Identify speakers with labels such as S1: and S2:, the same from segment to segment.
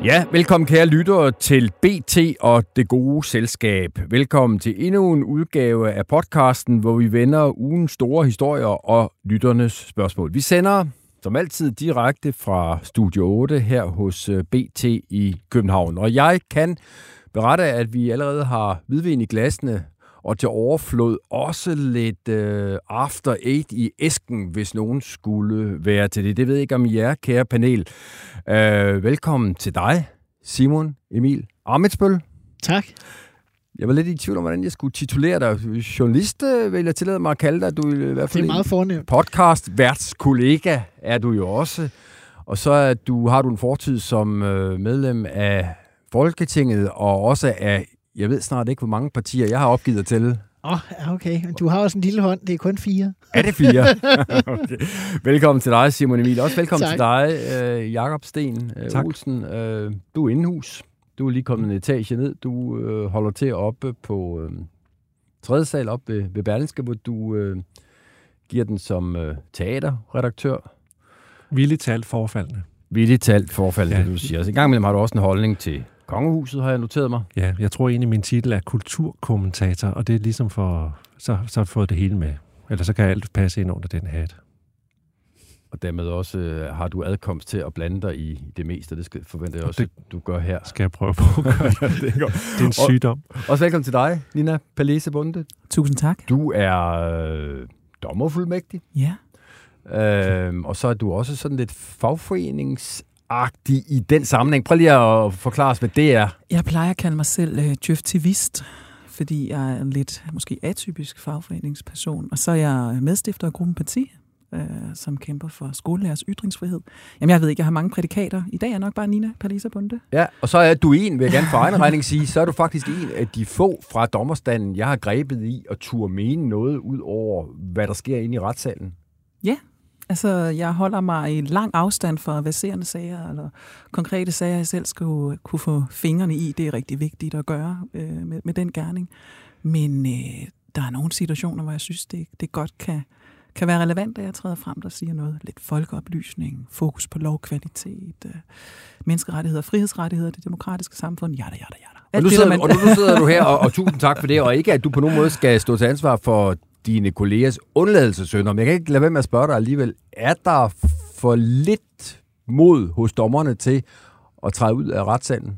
S1: Ja, velkommen kære lyttere til BT og Det Gode Selskab. Velkommen til endnu en udgave af podcasten, hvor vi vender ugens store historier og lytternes spørgsmål. Vi sender som altid direkte fra Studio 8 her hos BT i København. Og jeg kan berette, at vi allerede har hvidvin i glassene og til overflod også lidt After Eight i æsken, hvis nogen skulle være til det. Det ved jeg ikke om I er, kære panel. Velkommen til dig, Simon Emil Amitsbøl.
S2: Tak.
S1: Jeg var lidt i tvivl om, hvordan jeg skulle titulere dig. Journalist vil jeg tillade mig at kalde dig. Du er i hvert fald
S2: det er meget fornemt.
S1: Podcast-værtskollega er du jo også. Og så har du en fortid som medlem af Folketinget og også af, jeg ved snart ikke, hvor mange partier jeg har opgivet at tælle.
S2: Okay. Du har også en lille hånd. Det er kun 4.
S1: Er det 4? Okay. Velkommen til dig, Simon Emil. Også velkommen til dig, Jakob Sten Olsen. Du er indhus. Du er lige kommet en etage ned. Du holder til oppe på 3. sal oppe ved Berlingske, hvor du giver den som teaterredaktør.
S3: Villigt talt forfaldende.
S1: Villigt talt forfaldende, ja. Du siger. Altså, en gang imellem har du også en holdning til Kongehuset, har jeg noteret mig.
S3: Ja, jeg tror egentlig, min titel er kulturkommentator, og det er ligesom for, så har fået det hele med. Ellers så kan alt passe ind under den hat. Og dermed også har du adkomst til at blande dig i det meste, det forventer jeg også, at du gør her. Skal jeg prøve på at gøre det? Det er en sygdom.
S1: Også velkommen til dig, Nina Palese Bonde.
S4: Tusind tak.
S1: Du er dommerfuldmægtig.
S4: Ja.
S1: Og så er du også sådan lidt fagforeningsagtig i den sammenhæng. Prøv lige at forklare os, hvad det er.
S4: Jeg plejer at kalde mig selv djøftivist, fordi jeg er en lidt måske atypisk fagforeningsperson. Og så er jeg medstifter af Gruppen Parti, som kæmper for skolelærers ytringsfrihed. Jamen, jeg ved ikke, jeg har mange prædikater. I dag er nok bare Nina Palese Bonde.
S1: Ja, og så er du en, vil jeg gerne for egen regning sige, så er du faktisk en af de få fra dommerstanden, jeg har grebet i at turde mene noget ud over, hvad der sker inde i retssalen.
S4: Ja, altså jeg holder mig i lang afstand fra verserende sager eller konkrete sager, jeg selv skulle kunne få fingrene i. Det er rigtig vigtigt at gøre med den gerning. Men der er nogle situationer, hvor jeg synes, det godt kan være relevant, at jeg træder frem, der siger noget. Lidt folkeoplysning, fokus på lovkvalitet, menneskerettigheder, frihedsrettigheder, det demokratiske samfund, jada.
S1: Og nu sidder du her, og tusind tak for det, og ikke at du på nogen måde skal stå til ansvar for dine kollegers undladelsessynder, men jeg kan ikke lade være med at spørge dig alligevel, er der for lidt mod hos dommerne til at træde ud af retssalen?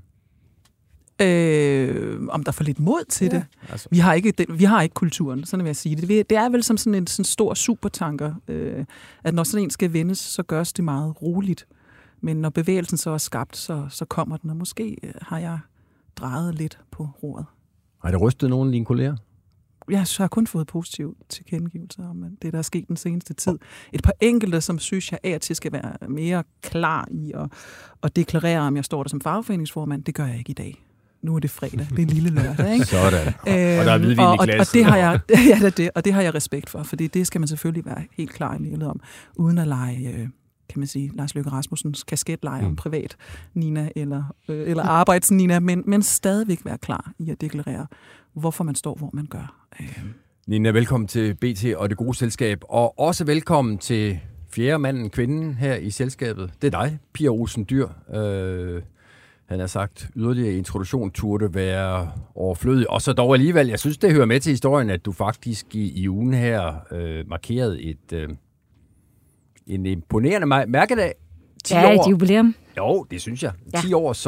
S4: Om der er for lidt mod til det. Altså. Vi har ikke kulturen, sådan vil jeg sige det. Det er vel som sådan en stor supertanker, at når sådan en skal vendes, så gøres det meget roligt. Men når bevægelsen så er skabt, så kommer den, og måske har jeg drejet lidt på roret.
S1: Har det rystet nogen af dine kolleger?
S4: Jeg har kun fået positive tilkendegivelser om det, der er sket den seneste tid. Et par enkelte, som synes, jeg af og til skal være mere klar i at deklarere, om jeg står der som fagforeningsformand. Det gør jeg ikke i dag. Nu er det fredag. Det er en lille lørdag, ikke?
S1: Sådan. Og der er hvidvin i glasset.
S4: Og det har jeg, det har jeg respekt for, fordi det skal man selvfølgelig være helt klar i mailet om, uden at lege, kan man sige, Lars Løkke Rasmussens kasketleje om privat Nina eller arbejds Nina, men stadigvæk være klar i at deklarere, hvorfor man står, hvor man gør.
S1: Nina, velkommen til BT og Det Gode Selskab, og også velkommen til fjerde manden, kvinden her i selskabet. Det er dig, Pia Olsen Dyhr. Han har sagt, yderligere introduktion turde være overflødig. Og så dog alligevel, jeg synes, det hører med til historien, at du faktisk i ugen her markerede en imponerende mærkedag.
S5: 10 år. Et jubilæum.
S1: Jo, det synes jeg. Ja. 10 år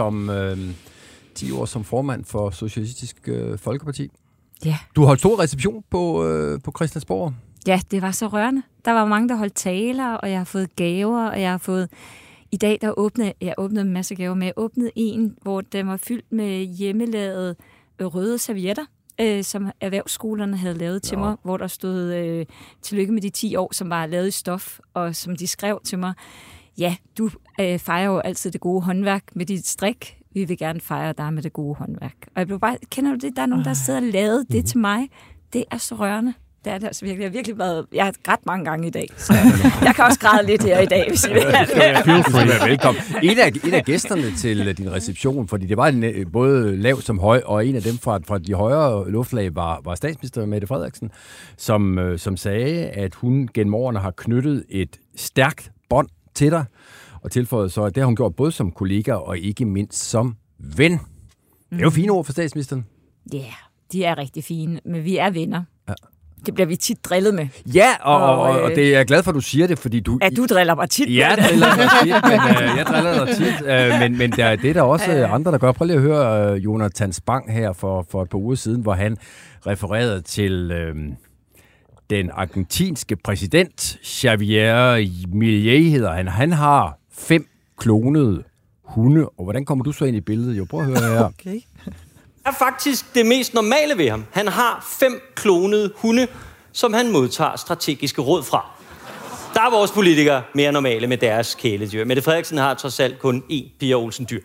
S1: som formand for Socialistisk Folkeparti.
S5: Ja.
S1: Du holdt stor reception på Christiansborg.
S5: Ja, det var så rørende. Der var mange, der holdt taler, og jeg har fået gaver, og jeg har fået... I dag der åbnede en masse gaver, men jeg åbnede en, hvor den var fyldt med hjemmelavede røde servietter, som erhvervsskolerne havde lavet til mig, hvor der stod tillykke med de 10 år, som var lavet i stof, og som de skrev til mig, ja, du fejrer jo altid det gode håndværk med dit strik. Vi vil gerne fejre dig med det gode håndværk. Og jeg blev bare, kender du det? Der er nogen, der sidder og lavet det til mig. Det er så rørende. Det er det altså virkelig. Jeg har virkelig været... Jeg har grædt mange gange i dag, så jeg kan også græde lidt her i dag, hvis I vil have det.
S1: Velkommen. En af gæsterne til din reception, fordi det var både lav som høj, og en af dem fra de højere luftlag var statsminister Mette Frederiksen, som sagde, at hun gennem årene har knyttet et stærkt bånd til dig. og tilføjede så, at det har hun gjort både som kollega og ikke mindst som ven. Det er jo fine ord for statsministeren.
S5: Ja, de er rigtig fine, men vi er venner. Ja. Det bliver vi tit drillet med.
S1: Ja, og det er jeg glad for, at du siger det, fordi du...
S5: Ja, du driller mig tit.
S1: Ja, jeg driller dig tit, men det er der også andre, der gør. Prøv lige at høre Jonathan Spang her for et par uger siden, hvor han refererede til den argentinske præsident, Javier Milei hedder han. Han har 5 klonede hunde, og hvordan kommer du så ind i billedet? Jo, prøv at høre her.
S4: Okay.
S6: Er faktisk det mest normale ved ham. Han har 5 klonede hunde, som han modtager strategiske råd fra. Der er vores politikere mere normale med deres kæledyr. Mette Frederiksen har trods alt kun 1 Pia Olsen-dyr.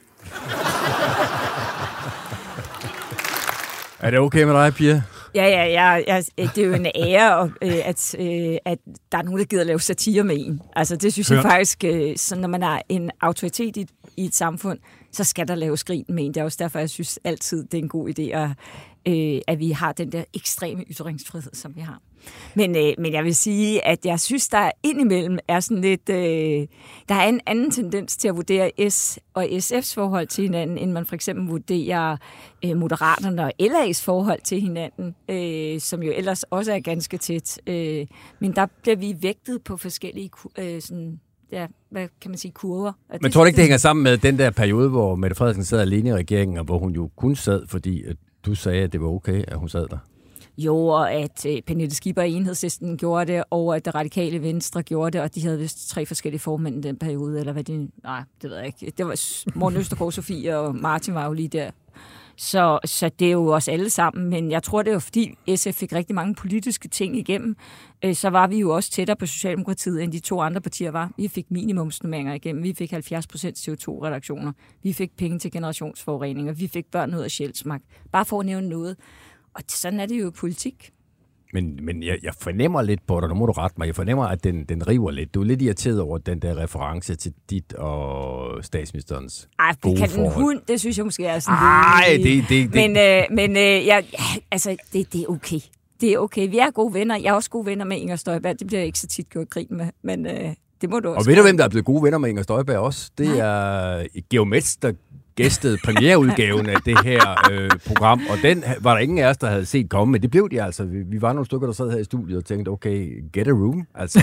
S1: Er det okay med dig, Pia?
S5: Ja, det er jo en ære, at der er nogen, der gider lave satire med en. Altså, det synes jeg faktisk, så når man er en autoritet i et samfund, så skal der laves grin med en. Det er også derfor, jeg synes altid, det er en god idé, at vi har den der ekstreme ytringsfrihed, som vi har. Men jeg vil sige, at jeg synes, der indimellem er sådan lidt... der er en anden tendens til at vurdere S og SF's forhold til hinanden, end man for eksempel vurderer Moderaterne og LA's forhold til hinanden, som jo ellers også er ganske tæt. Men der bliver vi vægtet på forskellige sådan, ja, hvad kan man sige, kurver.
S1: Men tror du ikke, det hænger sammen med den der periode, hvor Mette Frederiksen sad alene i regeringen, og hvor hun jo kun sad, fordi du sagde, at det var okay, at hun sad der?
S5: Jo, og at Pernille Skipper og Enhedslisten gjorde det, og at det radikale Venstre gjorde det, og de havde vist 3 forskellige formænd i den periode, eller hvad det... Nej, det ved jeg ikke. Det var Morten Østergaard, Sofie og Martin var jo lige der. Så det er jo os alle sammen, men jeg tror, det er jo fordi SF fik rigtig mange politiske ting igennem, så var vi jo også tættere på Socialdemokratiet, end de 2 andre partier var. Vi fik minimumsnormeringer igennem, vi fik 70% CO2-reduktioner, vi fik penge til generationsforureninger, vi fik børn ud af Sjælsmark. Bare for at nævne noget. Og sådan er det jo i politik.
S1: Men jeg fornemmer lidt på dig, nu må du rette mig, jeg fornemmer, at den river lidt. Du er lidt irriteret over den der reference til dit og statsministerens gode
S5: det kan
S1: forhold.
S5: En hund, det synes jeg måske er sådan
S1: det.
S5: Men altså, det er okay. Det er okay. Vi er gode venner. Jeg er også gode venner med Inger Støjberg. Det bliver jeg ikke så tit gjort grin med, men det må du også.
S1: Og ved du, hvem der er blevet gode venner med Inger Støjberg også? Det er Georg Metz, der gæstede premiereudgaven af det her program, og den var der ingen af os, der havde set komme, men det blev de altså. Vi var nogle stykker, der sad her i studiet og tænkte, okay, get a room. Altså,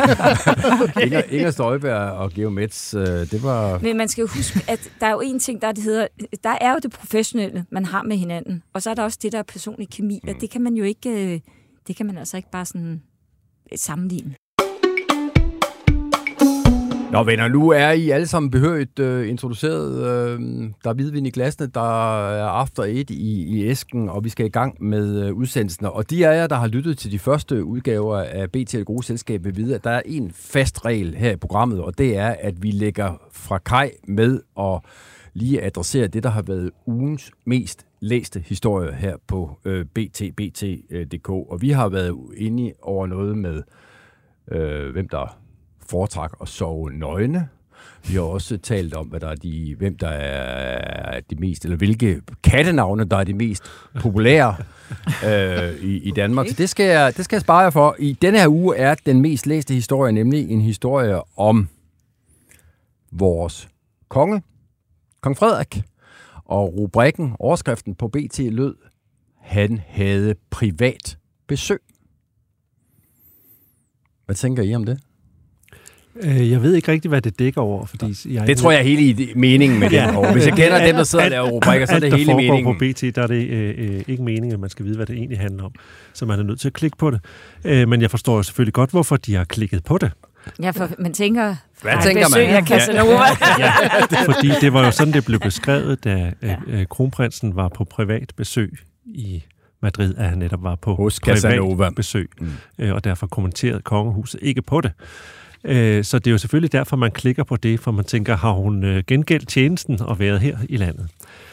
S1: Inger Støjberg og Georg Metz, det var...
S5: Men man skal jo huske, at der er jo en ting, der er jo det professionelle, man har med hinanden, og så er der også det, der er personlig kemi, og det kan man jo ikke, det kan man altså ikke bare sådan sammenligne.
S1: Nå venner, nu er I alle sammen behørigt introduceret. Der er hvidvin i glasene, der er After 1 i æsken, og vi skal i gang med udsendelsen. Og de af jer, der har lyttet til de første udgaver af BT Det Gode Selskab, vil vide, at der er en fast regel her i programmet, og det er, at vi lægger fra kaj med at lige adressere det, der har været ugens mest læste historie her på bt.dk. Og vi har været inde over noget med, hvem der foretræk at sove nøgne. Vi har også talt om, hvem der er de mest, eller hvilke kattenavne, der er de mest populære i Danmark. Så det skal jeg spare jer for. I denne her uge er den mest læste historie nemlig en historie om vores konge, kong Frederik. Og rubrikken, overskriften på BT lød, han havde privat besøg. Hvad tænker I om det?
S3: Jeg ved ikke rigtig, hvad det dækker over, fordi...
S1: Det tror jeg er hele meningen med det. Og hvis jeg kender dem, der sidder der og rubrikker, så er det hele meningen.
S3: På BT, der er det ikke meningen, at man skal vide, hvad det egentlig handler om. Så man er nødt til at klikke på det. Men jeg forstår jo selvfølgelig godt, hvorfor de har klikket på det.
S5: Ja, for man tænker...
S1: Hvad tænker man?
S5: Besøg af Casanova.
S3: Ja, fordi det var jo sådan, det blev beskrevet, da kronprinsen var på privat besøg i Madrid, at han netop var på
S1: hos
S3: privat
S1: Casanova.
S3: Besøg. Og derfor kommenterede kongehuset ikke på det. Så det er jo selvfølgelig derfor, man klikker på det, for man tænker, har hun gengældt tjenesten og været her i landet?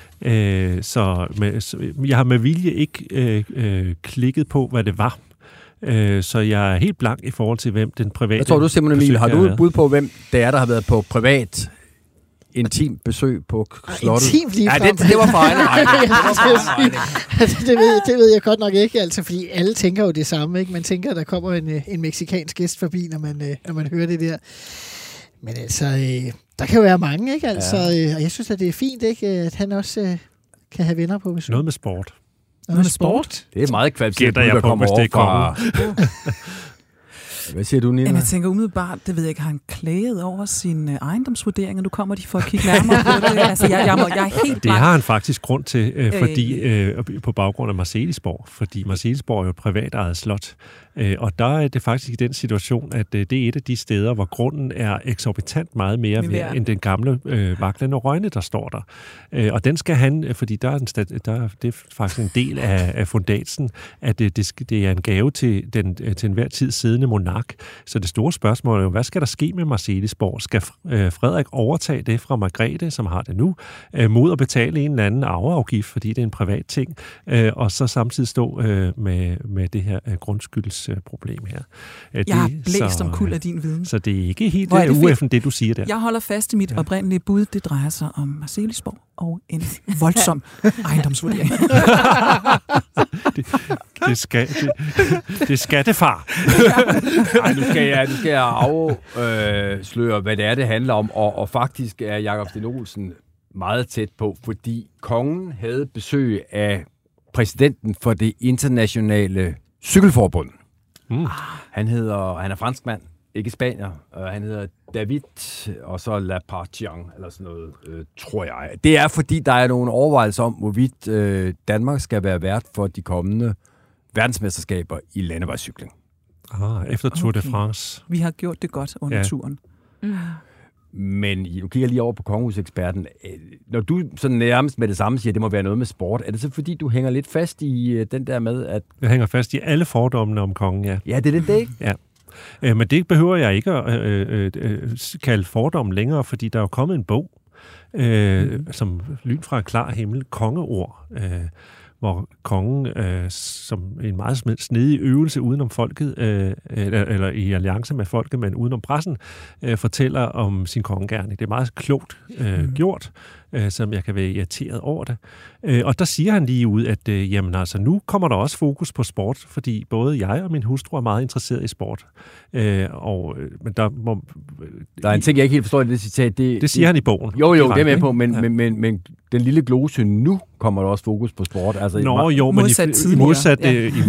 S3: Jeg har med vilje ikke klikket på, hvad det var. Så jeg er helt blank i forhold til, hvem den private...
S1: Hvad tror du, Simon Emil? Har du et bud på, hvem det er, der har været på privat intim besøg på slottet?
S2: Intimt lige frem.
S1: Ja, det var for egen regning.
S2: Det ved jeg godt nok ikke, altså, fordi alle tænker jo det samme, ikke? Man tænker, at der kommer en mexikansk gæst forbi, når man hører det der. Men altså, der kan jo være mange, ikke? Altså, og jeg synes, at det er fint, ikke? At han også kan have venner på besøg.
S3: Noget med sport.
S2: Noget med sport?
S1: Det er meget kvalificeret,
S3: Gætter jeg
S1: der
S3: på,
S1: kommer
S3: hvis det er
S1: over fra... Hvad siger du, Nina?
S4: Jamen, jeg tænker umiddelbart, det ved jeg ikke, har han klaget over sin ejendomsvurdering, og nu kommer de for at kigge nærmere på det. Altså, jeg er helt
S3: det har han faktisk grund til, fordi på baggrund af Marselisborg, fordi Marselisborg er jo et privatejet slot. Og der er det faktisk i den situation, at det er et af de steder, hvor grunden er eksorbitant meget mere værd end den gamle vaklende Røgne, der står der. Og den skal han, fordi det er faktisk en del af fundatsen, at det er en gave til den til enhver tid siddende monark. Så det store spørgsmål er jo, hvad skal der ske med Marselisborg? Skal Frederik overtage det fra Margrethe, som har det nu, mod at betale en eller anden arveafgift, fordi det er en privat ting, og så samtidig stå med det her grundskyldsproblem her.
S4: Jeg har blæst om kul af din viden.
S3: Så det er ikke helt ueffen det, du siger der.
S4: Jeg holder fast i mit oprindelige bud. Det drejer sig om Marselisborg og en voldsom ejendomsvurdering.
S3: Det skal det, far.
S1: Ej, nu skal jeg afsløre, hvad det er, det handler om. Og faktisk er Jakob Sten Olsen meget tæt på, fordi kongen havde besøg af præsidenten for det internationale cykelforbund. Han er franskmand, ikke spanier. Han hedder David, og så Lapartian, eller sådan noget, tror jeg. Det er, fordi der er nogle overvejelser om, hvorvidt Danmark skal være vært for de kommende verdensmesterskaber i landevejscykling.
S3: Efter Tour de France.
S4: Vi har gjort det godt under turen.
S1: Men nu kigger jeg lige over på kongehuseksperten. Når du sådan nærmest med det samme siger, at det må være noget med sport, er det så fordi, du hænger lidt fast i den der med, at...
S3: Jeg hænger fast i alle fordommene om kongen, ja.
S1: Ja, det er det, ikke?
S3: Ja. Men det behøver jeg ikke at kalde fordom længere, fordi der er jo kommet en bog, som lyn fra en klar himmel, kongeord, hvor kongen, som en meget snedig øvelse udenom folket, eller i alliance med folket, men udenom pressen, fortæller om sin kongegerning. Det er meget klogt gjort, som jeg kan være irriteret over det. Og der siger han lige ud, at jamen altså, nu kommer der også fokus på sport, fordi både jeg og min hustru er meget interesseret i sport. Men der er en
S1: ting, jeg ikke helt forstår i det citat. Det siger
S3: han i bogen.
S1: Jo, det er med på, men den lille glose nu kommer der også fokus på sport. Altså,
S3: modsat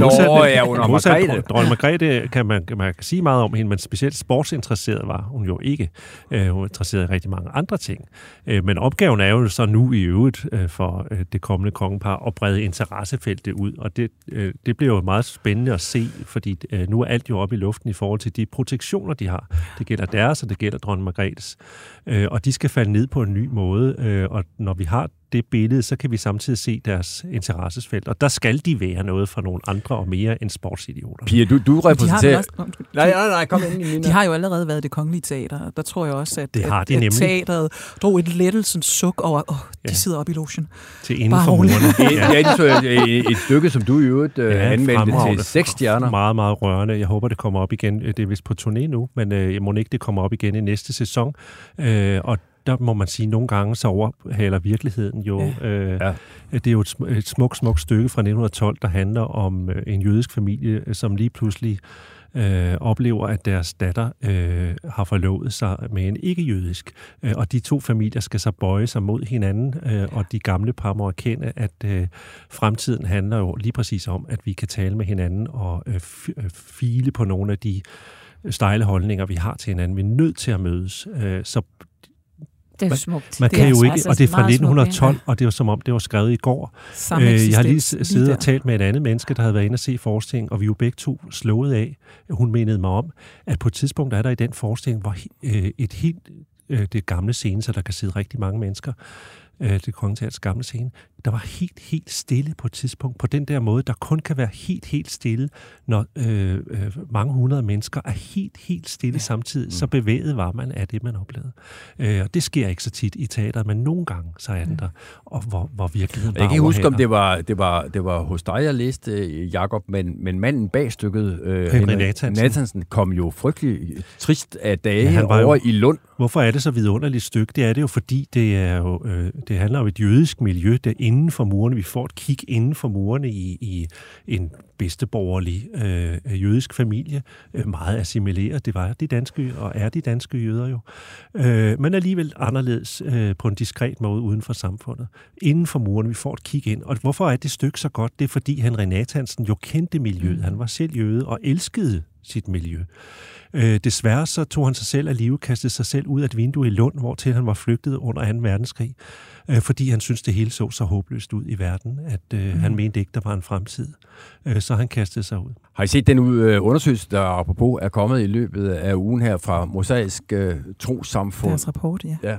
S1: Dronning
S3: Margrethe kan man sige meget om hende, men specielt sportsinteresseret var hun jo ikke. Hun er interesseret i rigtig mange andre ting. Men opgaven er jo så nu i øvrigt for det kommende kongepar at brede interessefeltet ud, og det bliver jo meget spændende at se, fordi nu er alt jo oppe i luften i forhold til de protektioner, de har. Det gælder deres, og det gælder dronning Margrethes. Og de skal falde ned på en ny måde, og når vi har det billede, så kan vi samtidig se deres interessesfelt, og der skal de være noget for nogle andre og mere end sportsidioter.
S1: Pia, du repræsenterer... Nej, kom ind i mine.
S4: De har jo allerede været det kongelige teater. Der tror jeg også, at,
S3: at teateret
S4: drog et lettelsens suk over, de sidder oppe i logen.
S3: Til inden for murene.
S1: De så et stykke, som du i øvrigt anmeldte til 6 stjerner.
S3: Meget, meget rørende. Jeg håber, det kommer op igen. Det er vist på turné nu, men jeg må ikke, det kommer op igen i næste sæson. Og der må man sige, at nogle gange så overhaler virkeligheden jo. Det er jo et smukt stykke fra 1912, der handler om en jødisk familie, som lige pludselig oplever, at deres datter har forlovet sig med en ikke-jødisk. Og de to familier skal så bøje sig mod hinanden, og de gamle par må erkende, at fremtiden handler jo lige præcis om, at vi kan tale med hinanden og file på nogle af de stejle holdninger, vi har til hinanden. Vi er nødt til at mødes. Så
S5: det er smukt.
S3: Man kan jo ikke, og det er fra 1912, og det var som om, det var skrevet i går. Jeg har lige siddet og talt med et andet menneske, der havde været inde og se forskning, og vi jo begge to slået af. Hun mindede mig om, at på et tidspunkt er der i den forskning, hvor det gamle scene, så der kan sidde rigtig mange mennesker, det kongeteaters gamle scene, der var helt stille på et tidspunkt, på den der måde, der kun kan være helt stille, når mange hundrede mennesker er helt stille samtidig, så bevæget var man af det, man oplevede. Og det sker ikke så tit i teateret, men nogle gange, så er den der, og hvor virkeligheden var.
S1: Jeg kan ikke huske, om det var hos dig, jeg læste, Jakob, men manden bag stykket,
S3: Henrik
S1: Nathansen, kom jo frygtelig trist af dage over i Lund.
S3: Hvorfor er det så vidunderligt stykke? Det er det jo, fordi det Det handler om et jødisk miljø, der inden for murene. Vi får et kig inden for murene i en bedsteborgerlig jødisk familie. Meget assimileret. Det var de danske, og er de danske jøder jo. Men alligevel anderledes på en diskret måde uden for samfundet. Inden for murene, vi får et kig ind. Og hvorfor er det stykke så godt? Det er fordi Henry Nathansen jo kendte miljøet. Han var selv jøde og elskede sit miljø. Desværre så tog han sig selv af live, kastede sig selv ud af et vindue i Lund, hvortil han var flygtet under 2. verdenskrig, fordi han syntes, det hele så håbløst ud i verden, at han mente ikke, der var en fremtid. Så han kastede sig ud.
S1: Har I set den undersøgelse, der apropos er kommet i løbet af ugen her fra Mosaisk Trossamfund?
S4: Deres rapport, ja.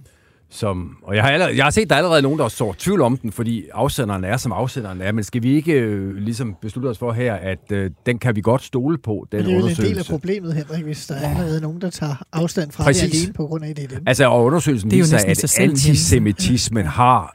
S1: Og jeg har set, der er allerede nogen, der sår tvivl om den, fordi afsenderen er, som afsenderen er. Men skal vi ikke ligesom beslutte os for her, at den kan vi godt stole på, den undersøgelse?
S2: Det er jo en del af problemet, Henrik, hvis der er allerede nogen, der tager afstand fra det alene på grund af det.
S1: Altså, og undersøgelsen viser, at antisemitismen har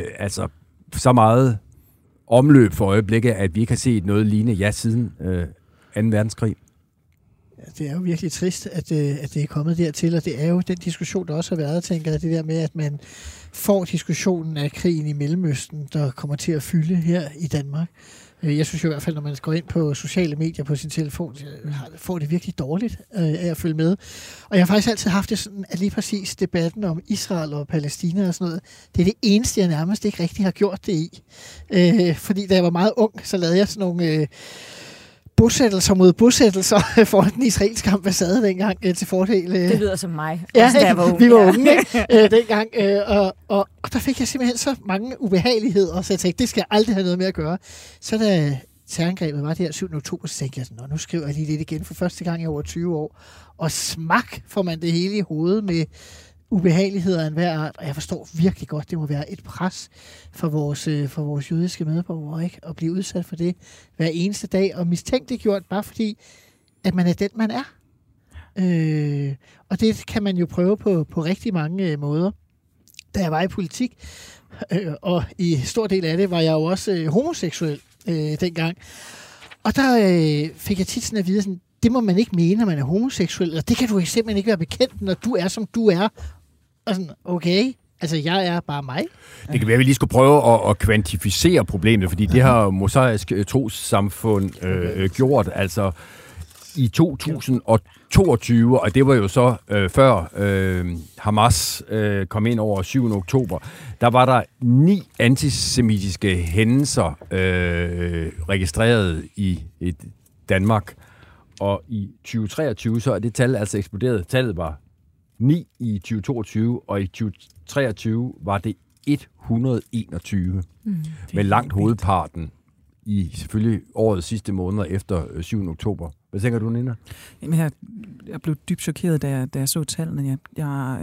S1: så meget omløb for øjeblikket, at vi ikke har set noget lignende siden 2. verdenskrig.
S2: Det er jo virkelig trist, at det er kommet dertil, og det er jo den diskussion, der også har været, tænker jeg, det der med, at man får diskussionen af krigen i Mellemøsten, der kommer til at fylde her i Danmark. Jeg synes jo i hvert fald, når man går ind på sociale medier på sin telefon, får det virkelig dårligt af at følge med. Og jeg har faktisk altid haft det sådan, at lige præcis debatten om Israel og Palæstina og sådan noget, det er det eneste, jeg nærmest ikke rigtig har gjort det i. Fordi da jeg var meget ung, så lavede jeg sådan nogle bosættelser mod bosættelser for den israelske ambassade dengang til fordel.
S5: Det lyder som mig.
S2: Ja,
S5: også, jeg var unge,
S2: vi var unge dengang. Og der fik jeg simpelthen så mange ubehageligheder, så jeg tænkte, det skal jeg aldrig have noget med at gøre. Så da terrorangrebet var der 7. oktober, så tænkte jeg sådan, nu skriver jeg lige lidt igen for første gang i over 20 år. Og smak får man det hele i hovedet med ubehageligheder af enhver art, og jeg forstår virkelig godt, det må være et pres for vores jødiske medborgere, ikke? At blive udsat for det hver eneste dag, og mistænkeliggjort bare fordi, at man er den, man er. Og det kan man jo prøve på rigtig mange måder. Da jeg var i politik, og i stor del af det, var jeg jo også homoseksuel dengang. Og der fik jeg tit sådan at vide, sådan, det må man ikke mene, når man er homoseksuel, og det kan du simpelthen ikke være bekendt, når du er, som du er. Og sådan, okay, altså jeg er bare mig.
S1: Det kan være, at vi lige skulle prøve at kvantificere problemet, fordi det har Mosaisk Trossamfund gjort, altså i 2022, og det var jo så før Hamas kom ind over 7. oktober, der var der 9 antisemitiske hændelser registreret i Danmark. Og i 2023, så er det tal altså eksploderet. Tallet var 9 i 2022, og i 2023 var det 121. Med langt hovedparten i selvfølgelig årets sidste måneder efter 7. oktober. Hvad tænker du, Nina?
S4: Jamen, jeg blev dybt chokeret, da jeg så tallene. Jeg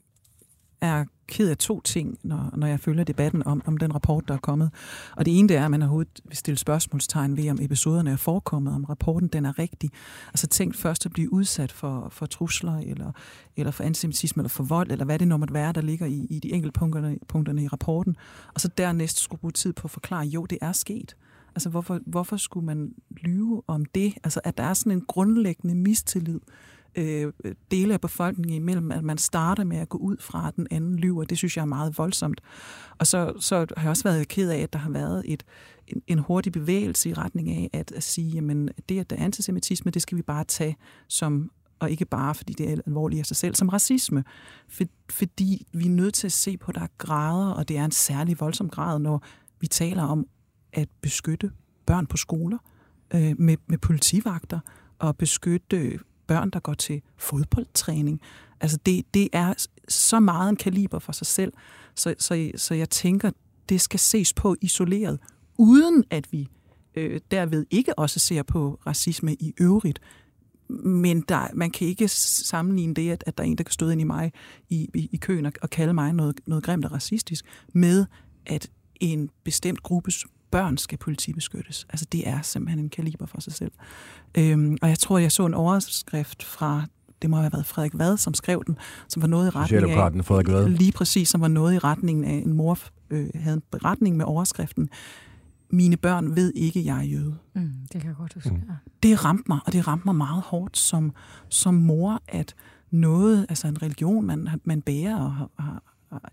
S4: er ked af 2 ting, når jeg følger debatten om den rapport, der er kommet. Og det ene, det er, at man har stillet spørgsmålstegn ved, om episoderne er forekommet, om rapporten den er rigtig. Altså tænkt først at blive udsat for trusler, eller for antisemitisme, eller for vold, eller hvad det nu måtte være, der ligger i de enkelte punkterne i rapporten. Og så dernæst skulle bruge tid på at forklare, jo, det er sket. Altså hvorfor skulle man lyve om det? Altså at der er sådan en grundlæggende mistillid dele af befolkningen imellem, at man starter med at gå ud fra, at den anden lyver. Det synes jeg er meget voldsomt. Og så har jeg også været ked af, at der har været en hurtig bevægelse i retning af at sige, jamen det, at der er antisemitisme, det skal vi bare tage som, og ikke bare, fordi det er alvorligt af sig selv, som racisme. Fordi vi er nødt til at se på, at der er grader, og det er en særlig voldsom grad, når vi taler om at beskytte børn på skoler med politivagter, og beskytte børn, der går til fodboldtræning. Altså det er så meget en kaliber for sig selv, så jeg tænker, det skal ses på isoleret, uden at vi derved ikke også ser på racisme i øvrigt. Men man kan ikke sammenligne det, at der er en, der kan stå ind i mig i køen og kalde mig noget grimt og racistisk, med at en bestemt gruppes børn skal politibeskyttes. Altså det er simpelthen en kaliber for sig selv. Og jeg tror, jeg så en overskrift fra, det må have været Frederik Vad, som skrev den, som var noget i retning af,
S1: Frederik Vad.
S4: Lige præcis, som var noget i retningen af, en mor havde en beretning med overskriften, mine børn ved ikke, jeg er jøde.
S5: Det kan jeg godt huske.
S4: Det ramte mig, og det ramte mig meget hårdt som mor, at noget, altså en religion, man bærer og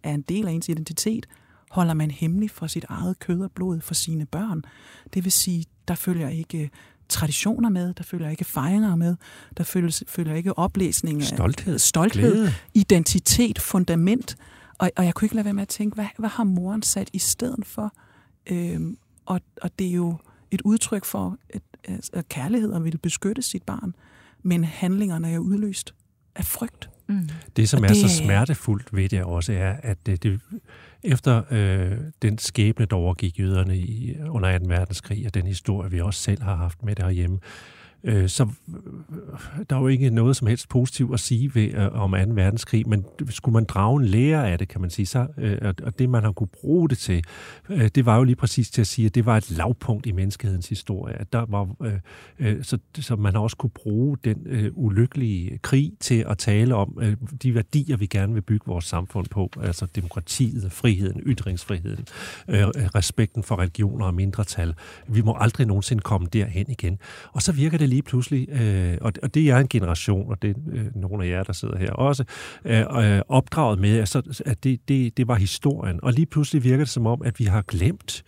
S4: er en del af ens identitet, holder man hemmelig for sit eget kød og blod for sine børn. Det vil sige, der følger ikke traditioner med, der følger ikke fejringer med, der følger ikke oplæsning af stolthed, identitet, fundament. Og jeg kunne ikke lade være med at tænke, hvad har moren sat i stedet for? Og det er jo et udtryk for at kærlighed og vil beskytte sit barn, men handlingerne er jo udløst af frygt. Mm.
S3: Det, som er så smertefuldt ved det også, er, at det efter den skæbne, der overgik jøderne under 2. verdenskrig, og den historie, vi også selv har haft med derhjemme, så der er jo ikke noget som helst positivt at sige om 2. verdenskrig, men skulle man drage en lære af det, kan man sige, så, og det, man har kunne bruge det til, det var jo lige præcis til at sige, at det var et lavpunkt i menneskehedens historie. At der var, så man har også kunne bruge den ulykkelige krig til at tale om de værdier, vi gerne vil bygge vores samfund på, altså demokratiet, friheden, ytringsfriheden, respekten for religioner og mindretal. Vi må aldrig nogensinde komme derhen igen. Og så virker det lige pludselig, og det er en generation, og det er nogle af jer, der sidder her også, opdraget med, at det var historien. Og lige pludselig virker det som om, at vi har glemt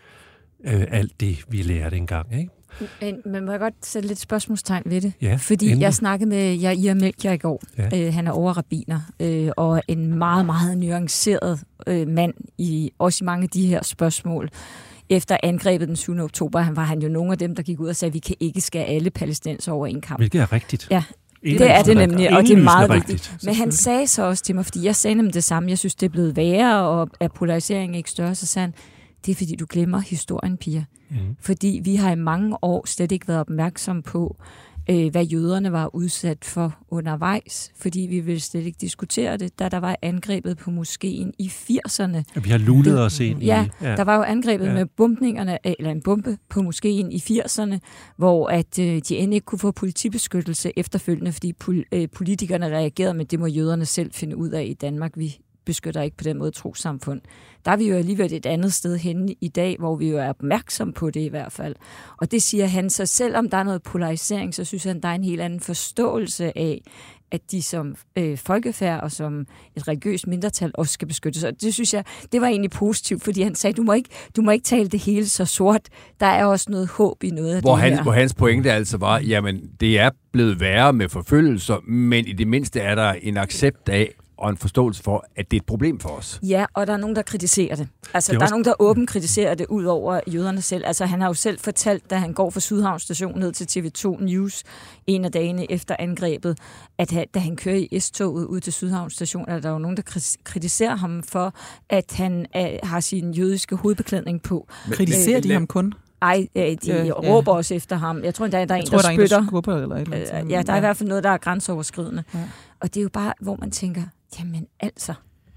S3: alt det, vi lærte engang, ikke?
S5: Men må jeg godt sætte lidt spørgsmålstegn ved det?
S3: Ja,
S5: fordi endelig. Jeg snakkede med Yair Melchior i går. Ja. Han er overrabbiner, og en meget, meget nuanceret mand, også i mange af de her spørgsmål. Efter angrebet den 7. oktober, var han jo nogle af dem, der gik ud og sagde, at vi kan ikke skære alle palæstinenser over en kamp.
S3: Hvilket er rigtigt.
S5: Ja, det er det nemlig, og det er meget vigtigt. Men han sagde så også til mig, fordi jeg sagde nemlig det samme, jeg synes, det er blevet værre, og er polariseringen ikke større, så sagde han, det er fordi, du glemmer historien, Pia. Mm. Fordi vi har i mange år slet ikke været opmærksom på, hvad jøderne var udsat for undervejs, fordi vi ville slet ikke diskutere det, da der var angrebet på moskeen i 80'erne.
S3: Vi har lulet os ind i...
S5: Ja, der var jo angrebet med bombningerne, eller en bombe på moskeen i 80'erne, hvor at de end ikke kunne få politibeskyttelse efterfølgende, fordi politikerne reagerede med, det må jøderne selv finde ud af i Danmark. Vi beskytter ikke på den måde trossamfund. Der er vi jo alligevel et andet sted henne i dag, hvor vi jo er opmærksom på det i hvert fald. Og det siger han, så selvom der er noget polarisering, så synes han, der er en helt anden forståelse af, at de som folkefærd og som et religiøst mindretal også skal beskyttes. Og det synes jeg, det var egentlig positivt, fordi han sagde, du må ikke tale det hele så sort. Der er også noget håb i noget af det her.
S1: Hvor hans pointe altså var, jamen det er blevet værre med forfølgelser, men i det mindste er der en accept af, og en forståelse for, at det er et problem for os.
S5: Ja, og der er nogen, der kritiserer det. Altså, der er nogen, der åbent kritiserer det, ud over jøderne selv. Altså, han har jo selv fortalt, da han går fra Sydhavn Station ned til TV2 News en af dagene efter angrebet, at da han kører i S-toget ud til Sydhavn Station, er der jo nogen, der kritiserer ham for, at han har sin jødiske hovedbeklædning på.
S4: Kritiserer de ham kun?
S5: Ej, de råber også efter ham. Jeg tror, der er en, der spytter.
S4: Eller et eller andet.
S5: Ja, der er i hvert fald noget, der er grænseoverskridende. Ja. Og det er jo bare, hvor man tænker, jamen altså...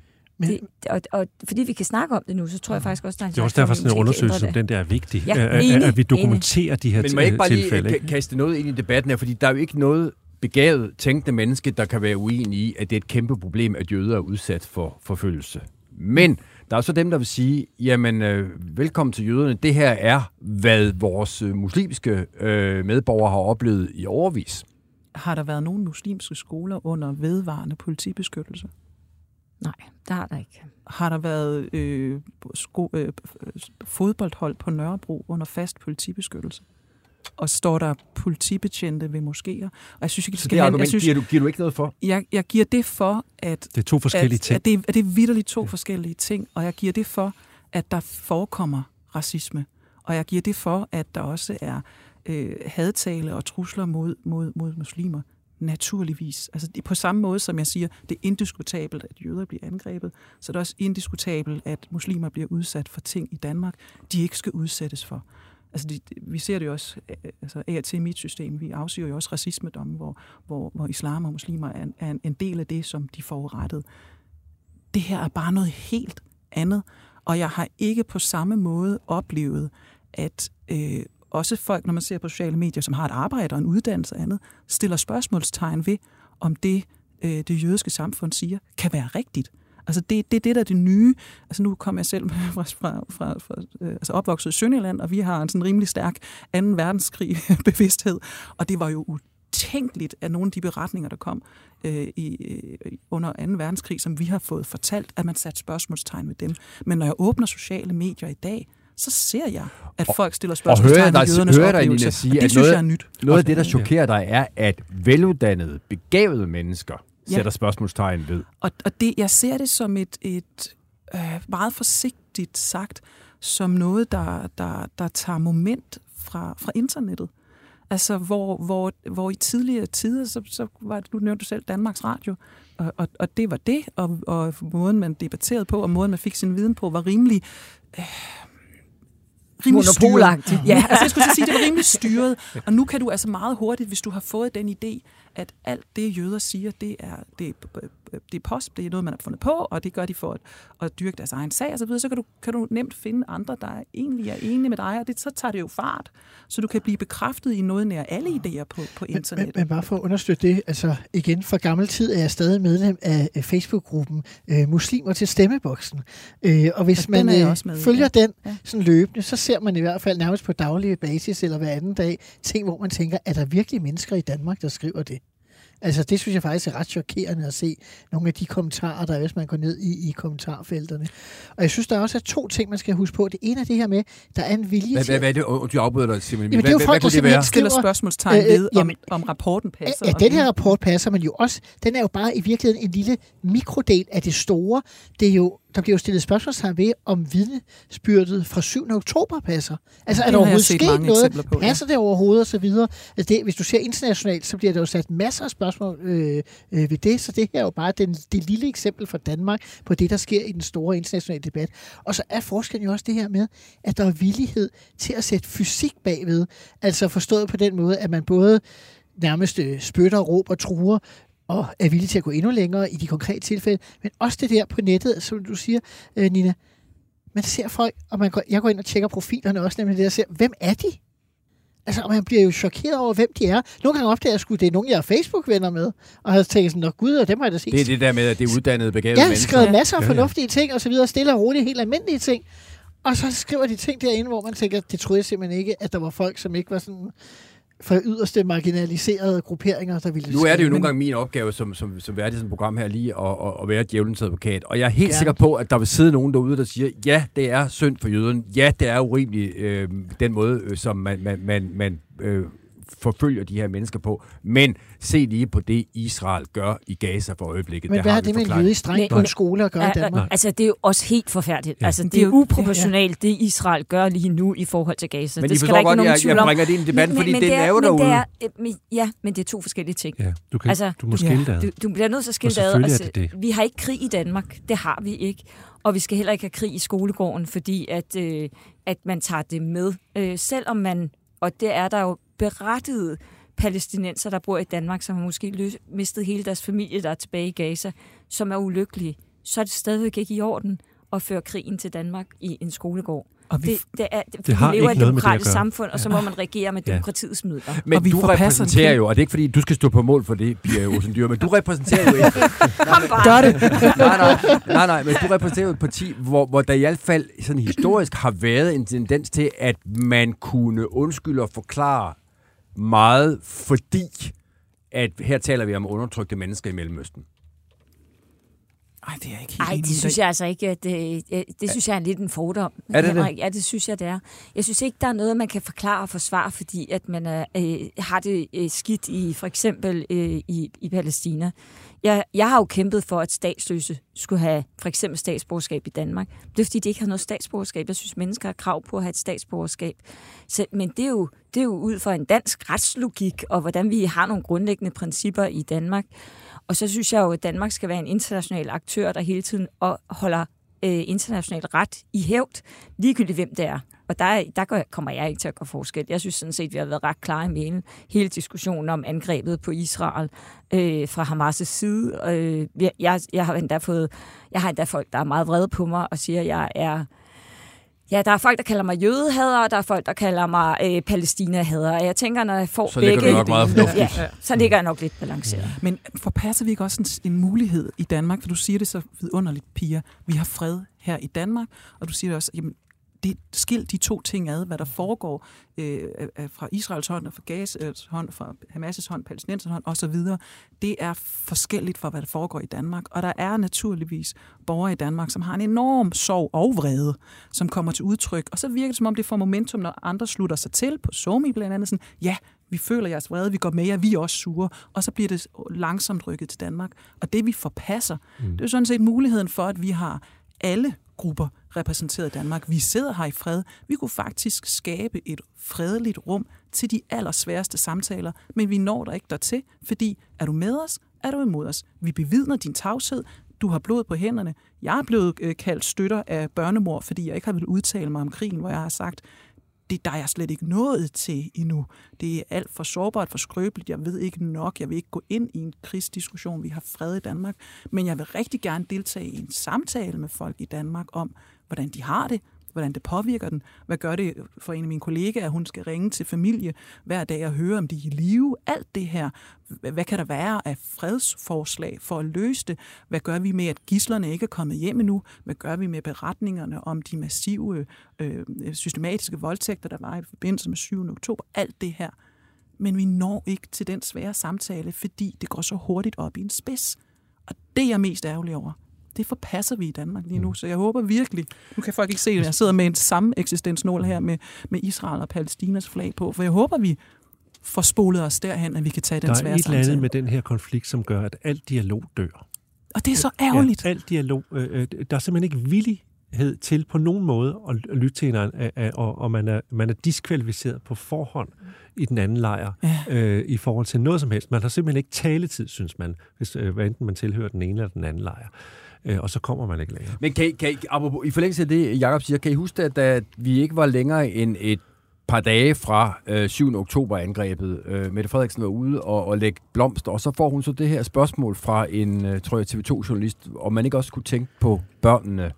S5: Og fordi vi kan snakke om det nu, så tror jeg faktisk også, der er en...
S3: Det er også derfor sådan en undersøgelse som den der er vigtig. Ja, at vi dokumenterer de her tilfælde.
S1: Men må jeg ikke bare lige kaste noget ind i debatten her, fordi der er jo ikke noget begavet, tænkende menneske, der kan være uenig i, at det er et kæmpe problem, at jøder er udsat for forfølgelse. Men der er så dem, der vil sige, jamen velkommen til jøderne. Det her er, hvad vores muslimske medborgere har oplevet i årevis.
S4: Har der været nogle muslimske skoler under vedvarende politibeskyttelse?
S5: Nej, der har der ikke.
S4: Har der været fodboldhold på Nørrebro under fast politibeskyttelse? Og står der politibetjente ved moskéer? Og jeg synes ikke,
S1: så det argument giver du ikke noget for?
S4: Jeg giver det for, at...
S3: Det er to forskellige ting.
S4: At det er vitterligt to forskellige ting, og jeg giver det for, at der forekommer racisme. Og jeg giver det for, at der også er hadtale og trusler mod muslimer. Naturligvis. Altså, på samme måde, som jeg siger, det er indiskutabelt, at jøder bliver angrebet, så er det også indiskutabelt, at muslimer bliver udsat for ting i Danmark, de ikke skal udsættes for. Altså, vi ser det jo også, altså af og til i mit system, vi afsiger jo også racismedomme, hvor islam og muslimer er en del af det, som de forurettede. Det her er bare noget helt andet, og jeg har ikke på samme måde oplevet, at også folk, når man ser på sociale medier, som har et arbejde og en uddannelse og andet, stiller spørgsmålstegn ved, om det jødiske samfund siger, kan være rigtigt. Altså det er det, der er det nye. Altså nu kommer jeg selv fra opvokset i Sønderjylland, og vi har en sådan rimelig stærk 2. verdenskrig bevidsthed, og det var jo utænkeligt, at nogle af de beretninger, der kom under 2. verdenskrig, som vi har fået fortalt, at man satte spørgsmålstegn ved dem. Men når jeg åbner sociale medier i dag, så ser jeg, at folk stiller spørgsmålstegn ved jødernes oplevelse.
S1: Sige,
S4: og det synes jeg er nyt.
S1: Noget af det, der chokerer dig, er, at veluddannede, begavede mennesker sætter spørgsmålstegn ved.
S4: Og det, jeg ser det som et meget forsigtigt sagt, som noget, der tager moment fra internettet. Altså, hvor i tidligere tider, så var det, du nævnte selv, Danmarks Radio, og det var det, og måden, man debatterede på, og måden, man fik sin viden på, var rimelig
S5: monopolagtigt.
S4: Ja, altså jeg skulle sige, det var rimelig styret. Og nu kan du altså meget hurtigt, hvis du har fået den idé, at alt det, jøder siger, det er post, det er noget, man har fundet på, og det gør de for at dyrke deres egen sag, og så videre, så kan du nemt finde andre, der egentlig er enige med dig, og så tager det jo fart, så du kan blive bekræftet i noget nær alle idéer på internettet.
S2: Men bare for at understøtte det, altså igen, fra gammel tid er jeg stadig medlem af Facebook-gruppen Muslimer til stemmeboksen. Og hvis man følger den sådan løbende, så ser man i hvert fald nærmest på daglig basis eller hver anden dag ting, hvor man tænker, er der virkelig mennesker i Danmark, der skriver det? Altså, det synes jeg faktisk er ret chokerende at se nogle af de kommentarer, der er, hvis man går ned i kommentarfelterne. Og jeg synes, der også er 2 ting, man skal huske på. Det ene er det her med, der er en vilje til...
S1: Hvad er det? Du afbryder dig, Simon.
S2: Jamen, det er jo folk, der simpelthen
S4: stiller spørgsmålstegn ved, om rapporten passer.
S2: Ja, den her rapport passer, men jo også... Den er jo bare i virkeligheden en lille mikrodel af det store. Det er jo... Der bliver jo stillet spørgsmålstegn ved, om vidnesbyrdet fra 7. oktober passer. Altså, er der overhovedet sket noget? Passer det overhovedet, og så videre? Altså, hvis du ser internationalt, så bliver der jo sat masser af spørgsmål ved det, så det her er jo bare det lille eksempel fra Danmark på det, der sker i den store internationale debat. Og så er forskellen jo også det her med, at der er villighed til at sætte fysik bagved. Altså forstået på den måde, at man både nærmest spytter, råber, truer, og er villig til at gå endnu længere i de konkrete tilfælde, men også det der på nettet, som du siger, Nina, man ser folk, og jeg går ind og tjekker profilerne også, nemlig det, jeg ser, hvem er de? Altså, og man bliver jo chokeret over, hvem de er. Nogle gange opdager jeg sgu, det er nogen, jeg er Facebook-venner med, og jeg tænker sådan, gud, og dem har jeg da set.
S1: Det er det der med, at det er uddannede, begavede mennesker.
S2: Jeg har skrevet masser af fornuftige ting, og så videre, stille og roligt, helt almindelige ting, og så skriver de ting derinde, hvor man tænker, det troede jeg simpelthen ikke, at der var folk, som ikke var sådan... for yderste marginaliserede grupperinger, der ville...
S1: Nu er det jo nogle gange min opgave, som vært i sådan et program her lige, at være djævelens advokat. Og jeg er helt sikker på, at der vil sidde nogen derude, der siger, ja, det er synd for jøderne. Ja, det er urimeligt den måde, som man forfølger de her mennesker på. Men se lige på det, Israel gør i Gaza for øjeblikket.
S2: Men hvad har det med en jødisk dreng på en skole at gøre i Danmark?
S5: Altså, det er jo også helt forfærdigt. Ja. Altså, det er uproportionalt, det Israel gør lige nu i forhold til Gaza.
S1: Men
S5: det
S1: skal der ikke nogen tvivl om. Jeg bringer det ind i debatten, fordi det er jo derude.
S5: Men det er 2 forskellige ting.
S3: Ja, du må skille det ad.
S5: Du bliver nødt til at skille det ad. Altså, vi har ikke krig i Danmark. Det har vi ikke. Og vi skal heller ikke have krig i skolegården, fordi at man tager det med. Selvom man, og det er der jo berettigede palæstinenser, der bor i Danmark, som har måske mistet hele deres familie, der er tilbage i Gaza, som er ulykkelige, så er det stadigvæk ikke i orden at føre krigen til Danmark i en skolegård. Og vi lever i et demokratisk samfund, og så må man regere med demokratiets midler.
S1: Men du repræsenterer jo, og det er ikke fordi, du skal stå på mål for det, Pia Olsen Dyhr, men du repræsenterer jo ikke...
S2: Gør det!
S1: Nej, men du repræsenterer jo et parti, hvor der i hvert fald sådan historisk har været en tendens til, at man kunne undskylde og forklare meget, fordi at her taler vi om undertrykte mennesker i Mellemøsten.
S4: Ej, det er ikke helt
S5: det synes jeg altså ikke, at det synes jeg er lidt en fordom.
S1: Er det det?
S5: Ja, det synes jeg, det er. Jeg synes ikke, der er noget, man kan forklare og forsvare, fordi at man har det skidt i for eksempel i Palæstina. Jeg har jo kæmpet for, at statsløse skulle have for eksempel statsborgerskab i Danmark. Det er fordi, de ikke har noget statsborgerskab. Jeg synes, mennesker har krav på at have et statsborgerskab. Men det er jo ud fra en dansk retslogik, og hvordan vi har nogle grundlæggende principper i Danmark. Og så synes jeg jo, at Danmark skal være en international aktør, der hele tiden holder international ret i hævd, ligegyldigt hvem det er. Og der kommer jeg ikke til at gøre forskel. Jeg synes sådan set, at vi har været ret klare med hele diskussionen om angrebet på Israel fra Hamas' side. Jeg har endda folk, der er meget vrede på mig og siger, at jeg er... Ja, der er folk, der kalder mig jødehader, og der er folk, der kalder mig Palæstina-hader. Og jeg tænker, når jeg får
S1: så
S5: begge...
S1: Så ligger du nok meget fornuftigt.
S5: Så ligger jeg nok lidt balanceret.
S4: Men forpasser vi ikke også en mulighed i Danmark? For du siger det så vidunderligt, Pia. Vi har fred her i Danmark, og du siger det også, jamen, skil de to ting ad, hvad der foregår fra Israels hånd og fra Gazas hånd, fra Hamas' hånd, palæstinensers hånd osv. Det er forskelligt fra, hvad der foregår i Danmark. Og der er naturligvis borgere i Danmark, som har en enorm sorg og vrede, som kommer til udtryk. Og så virker det, som om det får momentum, når andre slutter sig til, på SoMe blandt andet, sådan, ja, vi føler jeres vrede, vi går med jer, vi er også sure, og så bliver det langsomt rykket til Danmark. Og det, vi forpasser, det er jo sådan set muligheden for, at vi har alle grupper repræsenteret i Danmark. Vi sidder her i fred. Vi kunne faktisk skabe et fredeligt rum til de allersværeste samtaler, men vi når der ikke dertil, fordi er du med os, er du imod os. Vi bevidner din tavshed. Du har blod på hænderne. Jeg er blevet kaldt støtter af børnemor, fordi jeg ikke har vil udtale mig om krigen, hvor jeg har sagt, der er jeg slet ikke nået til endnu. Det er alt for sårbart, for skrøbeligt. Jeg ved ikke nok. Jeg vil ikke gå ind i en krigsdiskussion. Vi har fred i Danmark. Men jeg vil rigtig gerne deltage i en samtale med folk i Danmark om, hvordan de har det, hvordan det påvirker den. Hvad gør det for en af mine kollegaer, at hun skal ringe til familie hver dag og høre, om de er i live? Alt det her. Hvad kan der være af fredsforslag for at løse det? Hvad gør vi med, at gidslerne ikke er kommet hjem endnu? Hvad gør vi med beretningerne om de massive, systematiske voldtægter, der var i forbindelse med 7. oktober? Alt det her. Men vi når ikke til den svære samtale, fordi det går så hurtigt op i en spids. Og det er jeg mest ærgerlig over. Det forpasser vi i Danmark lige nu, så jeg håber virkelig, nu kan folk ikke se det, jeg sidder med en samme eksistensnål her med Israel og Palæstinas flag på, for jeg håber, vi får spolet os derhen, at vi kan tage den svære samtale.
S3: Der er et eller andet med den her konflikt, som gør, at alt dialog dør.
S4: Og det er så ærgerligt.
S3: Ja, alt dialog. Der er simpelthen ikke villighed til på nogen måde at lytte til hinanden, og man er diskvalificeret på forhånd i den anden lejr, i forhold til noget som helst. Man har simpelthen ikke taletid, synes man, hvis hvad enten man tilhører den ene eller den anden lejr. Og så kommer man ikke længere.
S1: Men i forlængelse af det, Jacob siger, kan I huske, at da vi ikke var længere end et par dage fra 7. oktober-angrebet, Mette Frederiksen var ude og lægge blomster, og så får hun så det her spørgsmål fra en, tror jeg, TV2-journalist, om man ikke også kunne tænke på børnene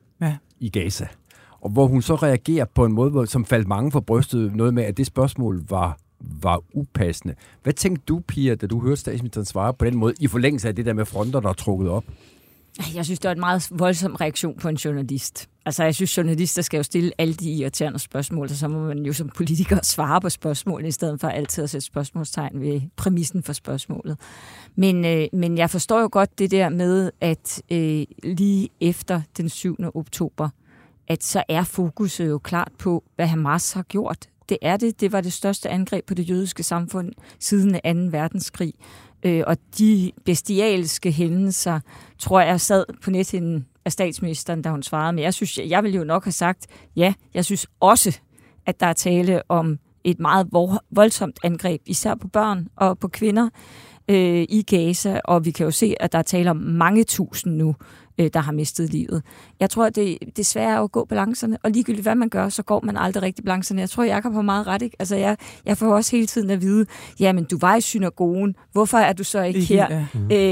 S1: i Gaza. Og hvor hun så reagerer på en måde, som faldt mange for brystet, noget med, at det spørgsmål var upassende. Hvad tænkte du, Pia, da du hørte statsministeren svare på den måde, i forlængelse af det der med fronter, der er trukket op?
S5: Jeg synes, det var en meget voldsom reaktion på en journalist. Altså, jeg synes, journalister skal jo stille alle de irriterende spørgsmål, så må man jo som politiker svare på spørgsmålene, i stedet for altid at sætte spørgsmålstegn ved præmissen for spørgsmålet. Men jeg forstår jo godt det der med, at lige efter den 7. oktober, at så er fokuset jo klart på, hvad Hamas har gjort. Det er det. Det var det største angreb på det jødiske samfund siden 2. verdenskrig. Og de bestialske hændelser, tror jeg, sad på nethinden af statsministeren, da hun svarede. Men jeg ville jo nok have sagt, ja, jeg synes også, at der er tale om et meget voldsomt angreb, især på børn og på kvinder i Gaza. Og vi kan jo se, at der er tale om mange tusind nu, der har mistet livet. Jeg tror, at det svære er at gå balancerne, og ligegyldigt hvad man gør, så går man aldrig rigtig balancerne. Jeg tror, Jacob har meget ret, ikke? Altså, jeg får også hele tiden at vide, jamen, du var i synagogen, hvorfor er du så ikke her?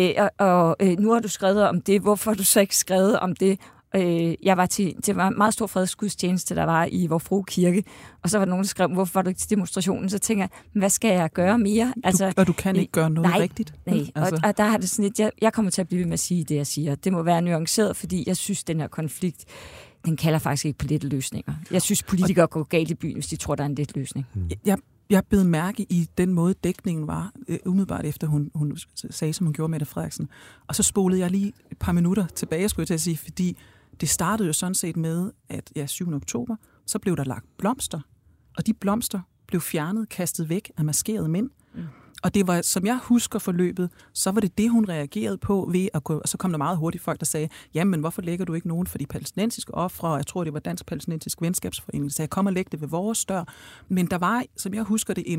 S5: Nu har du skrevet om det, hvorfor har du så ikke skrevet om det? Jeg var det var en meget stor fredsgudstjeneste, der var i Vor Frue Kirke, og så var der nogen, der skrev, hvorfor var du ikke til demonstrationen? Så tænker jeg, hvad skal jeg gøre mere? Altså,
S4: du kan ikke gøre noget rigtigt.
S5: Nej, altså. Og der har det sådan lidt, jeg kommer til at blive ved med at sige det, jeg siger. Det må være nuanceret, fordi jeg synes, den her konflikt, den kalder faktisk ikke på lette løsninger. Jeg synes, politikere går galt i byen, hvis de tror, der er en let løsning.
S4: Jeg bed mærke i den måde, dækningen var, umiddelbart efter hun sagde, som hun gjorde, Mette Frederiksen. Og så spolede jeg lige et par minutter tilbage, skulle jeg til at sige, fordi det startede jo sådan set med, at 7. oktober, så blev der lagt blomster, og de blomster blev fjernet, kastet væk af maskerede mænd. Og det var, som jeg husker forløbet, så var det, hun reagerede på ved at gå, og så kom der meget hurtigt folk, der sagde, jamen, hvorfor lægger du ikke nogen for de palæstinensiske ofre? Og jeg tror, det var Dansk Palæstinensisk Venskabsforening, der sagde, kom og læg det ved vores dør. Men der var, som jeg husker det,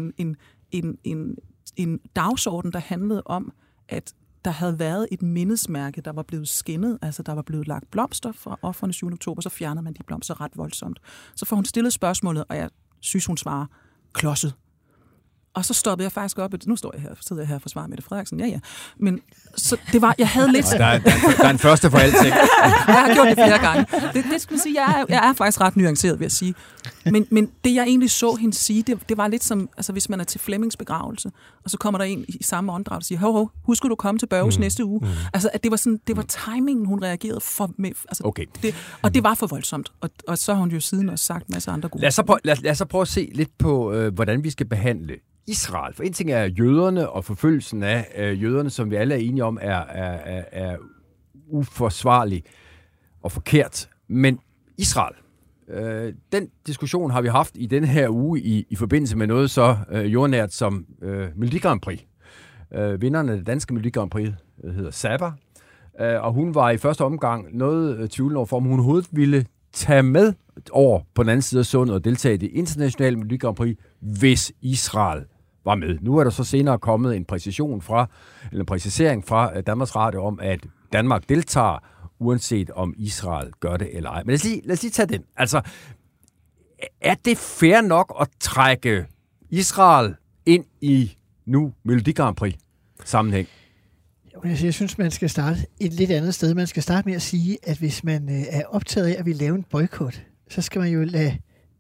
S4: en dagsorden, der handlede om, at der havde været et mindesmærke, der var blevet skinnet, altså der var blevet lagt blomster fra ofrene 7. oktober, så fjernede man de blomster ret voldsomt. Så får hun stillet spørgsmålet, og jeg synes, hun svarer klodset. Og så stoppede jeg faktisk op, nu sidder jeg her og forsvarer Mette Frederiksen, ja. Men så det var, jeg havde lidt...
S1: Der er en første for alting.
S4: Jeg har gjort det flere gange. Det skal man sige, jeg er faktisk ret nuanceret, vil jeg sige. Men det, jeg egentlig så hende sige, det var lidt som, altså hvis man er til Flemmings begravelse, og så kommer der en i samme åndedrag og siger, hov, husk du komme til Børges næste uge. Altså, at det var sådan, det var timingen, hun reagerede for med. Altså,
S1: okay.
S4: Og det var for voldsomt. Og så har hun jo siden også sagt en masse andre gode.
S1: Lad os så prøve at se lidt på, hvordan vi skal behandle Israel. For en ting er jøderne og forfølgelsen af jøderne, som vi alle er enige om, er uforsvarlig og forkert. Men Israel, den diskussion har vi haft i den her uge i forbindelse med noget så jordnært som Melodi Grand Prix. Vinderen af det danske Melodi Grand Prix hedder Saba, og hun var i første omgang noget tvivlende over, om hun overhovedet ville tage med over på den anden side af sundet og deltage i det internationale Melodi Grand Prix, hvis Israel var med. Nu er der så senere kommet en præcisering fra Danmarks Radio om, at Danmark deltager, uanset om Israel gør det eller ej. Men lad os lige tage den. Altså, er det fair nok at trække Israel ind i nu Melodi Grand Prix sammenhæng?
S2: Jeg synes, man skal starte et lidt andet sted. Man skal starte med at sige, at hvis man er optaget af at ville lave en boykot, så skal man jo lade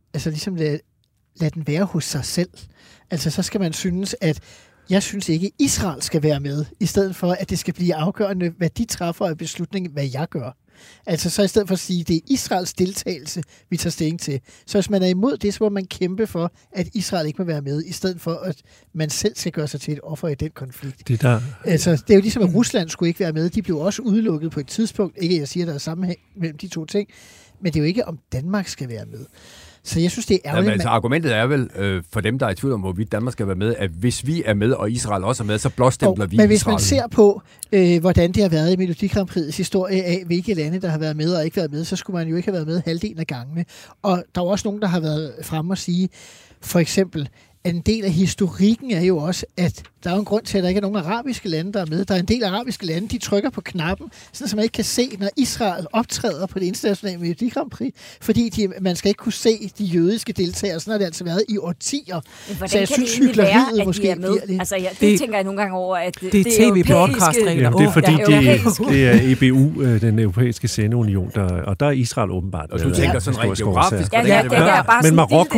S2: den være hos sig selv. Altså, så skal man synes, at jeg synes ikke, Israel skal være med, i stedet for, at det skal blive afgørende, hvad de træffer af beslutning, hvad jeg gør. Altså, så i stedet for at sige, at det er Israels deltagelse, vi tager stilling til. Så hvis man er imod det, så må man kæmpe for, at Israel ikke må være med, i stedet for, at man selv skal gøre sig til et offer i den konflikt. Altså, det er jo ligesom, at Rusland skulle ikke være med. De blev også udelukket på et tidspunkt. Ikke, jeg siger, at der er sammenhæng mellem de to ting. Men det er jo ikke, om Danmark skal være med. Så jeg synes, det er ærgerligt.
S1: Jamen, altså, argumentet er vel for dem, der er i tvivl om, hvorvidt Danmark skal være med, at hvis vi er med, og Israel også er med, så blåstempler vi Israel.
S2: Men hvis man ser på, hvordan det har været i Melodi Grand Prix' historie af, hvilke lande, der har været med og ikke været med, så skulle man jo ikke have været med halvdelen af gangene. Og der er også nogen, der har været fremme og sige, for eksempel, at en del af historikken er jo også, at der er en grund til, at der ikke er nogen arabiske lande, der er med. Der er en del arabiske lande, de trykker på knappen, så man ikke kan se, når Israel optræder på det internationale Melodi Grand Prix, fordi man skal ikke kunne se de jødiske deltagere. Sådan har det altså været i årtier.
S5: Hvordan så jeg kan synes, det egentlig være, at de er med? Altså, det tænker jeg nogle gange over, at det er
S3: tv-broadcast-regler. Det er fordi, det er EBU, den europæiske sendeunion, og der er Israel åbenbart.
S1: Og du tænker sådan rent geografisk.
S3: Men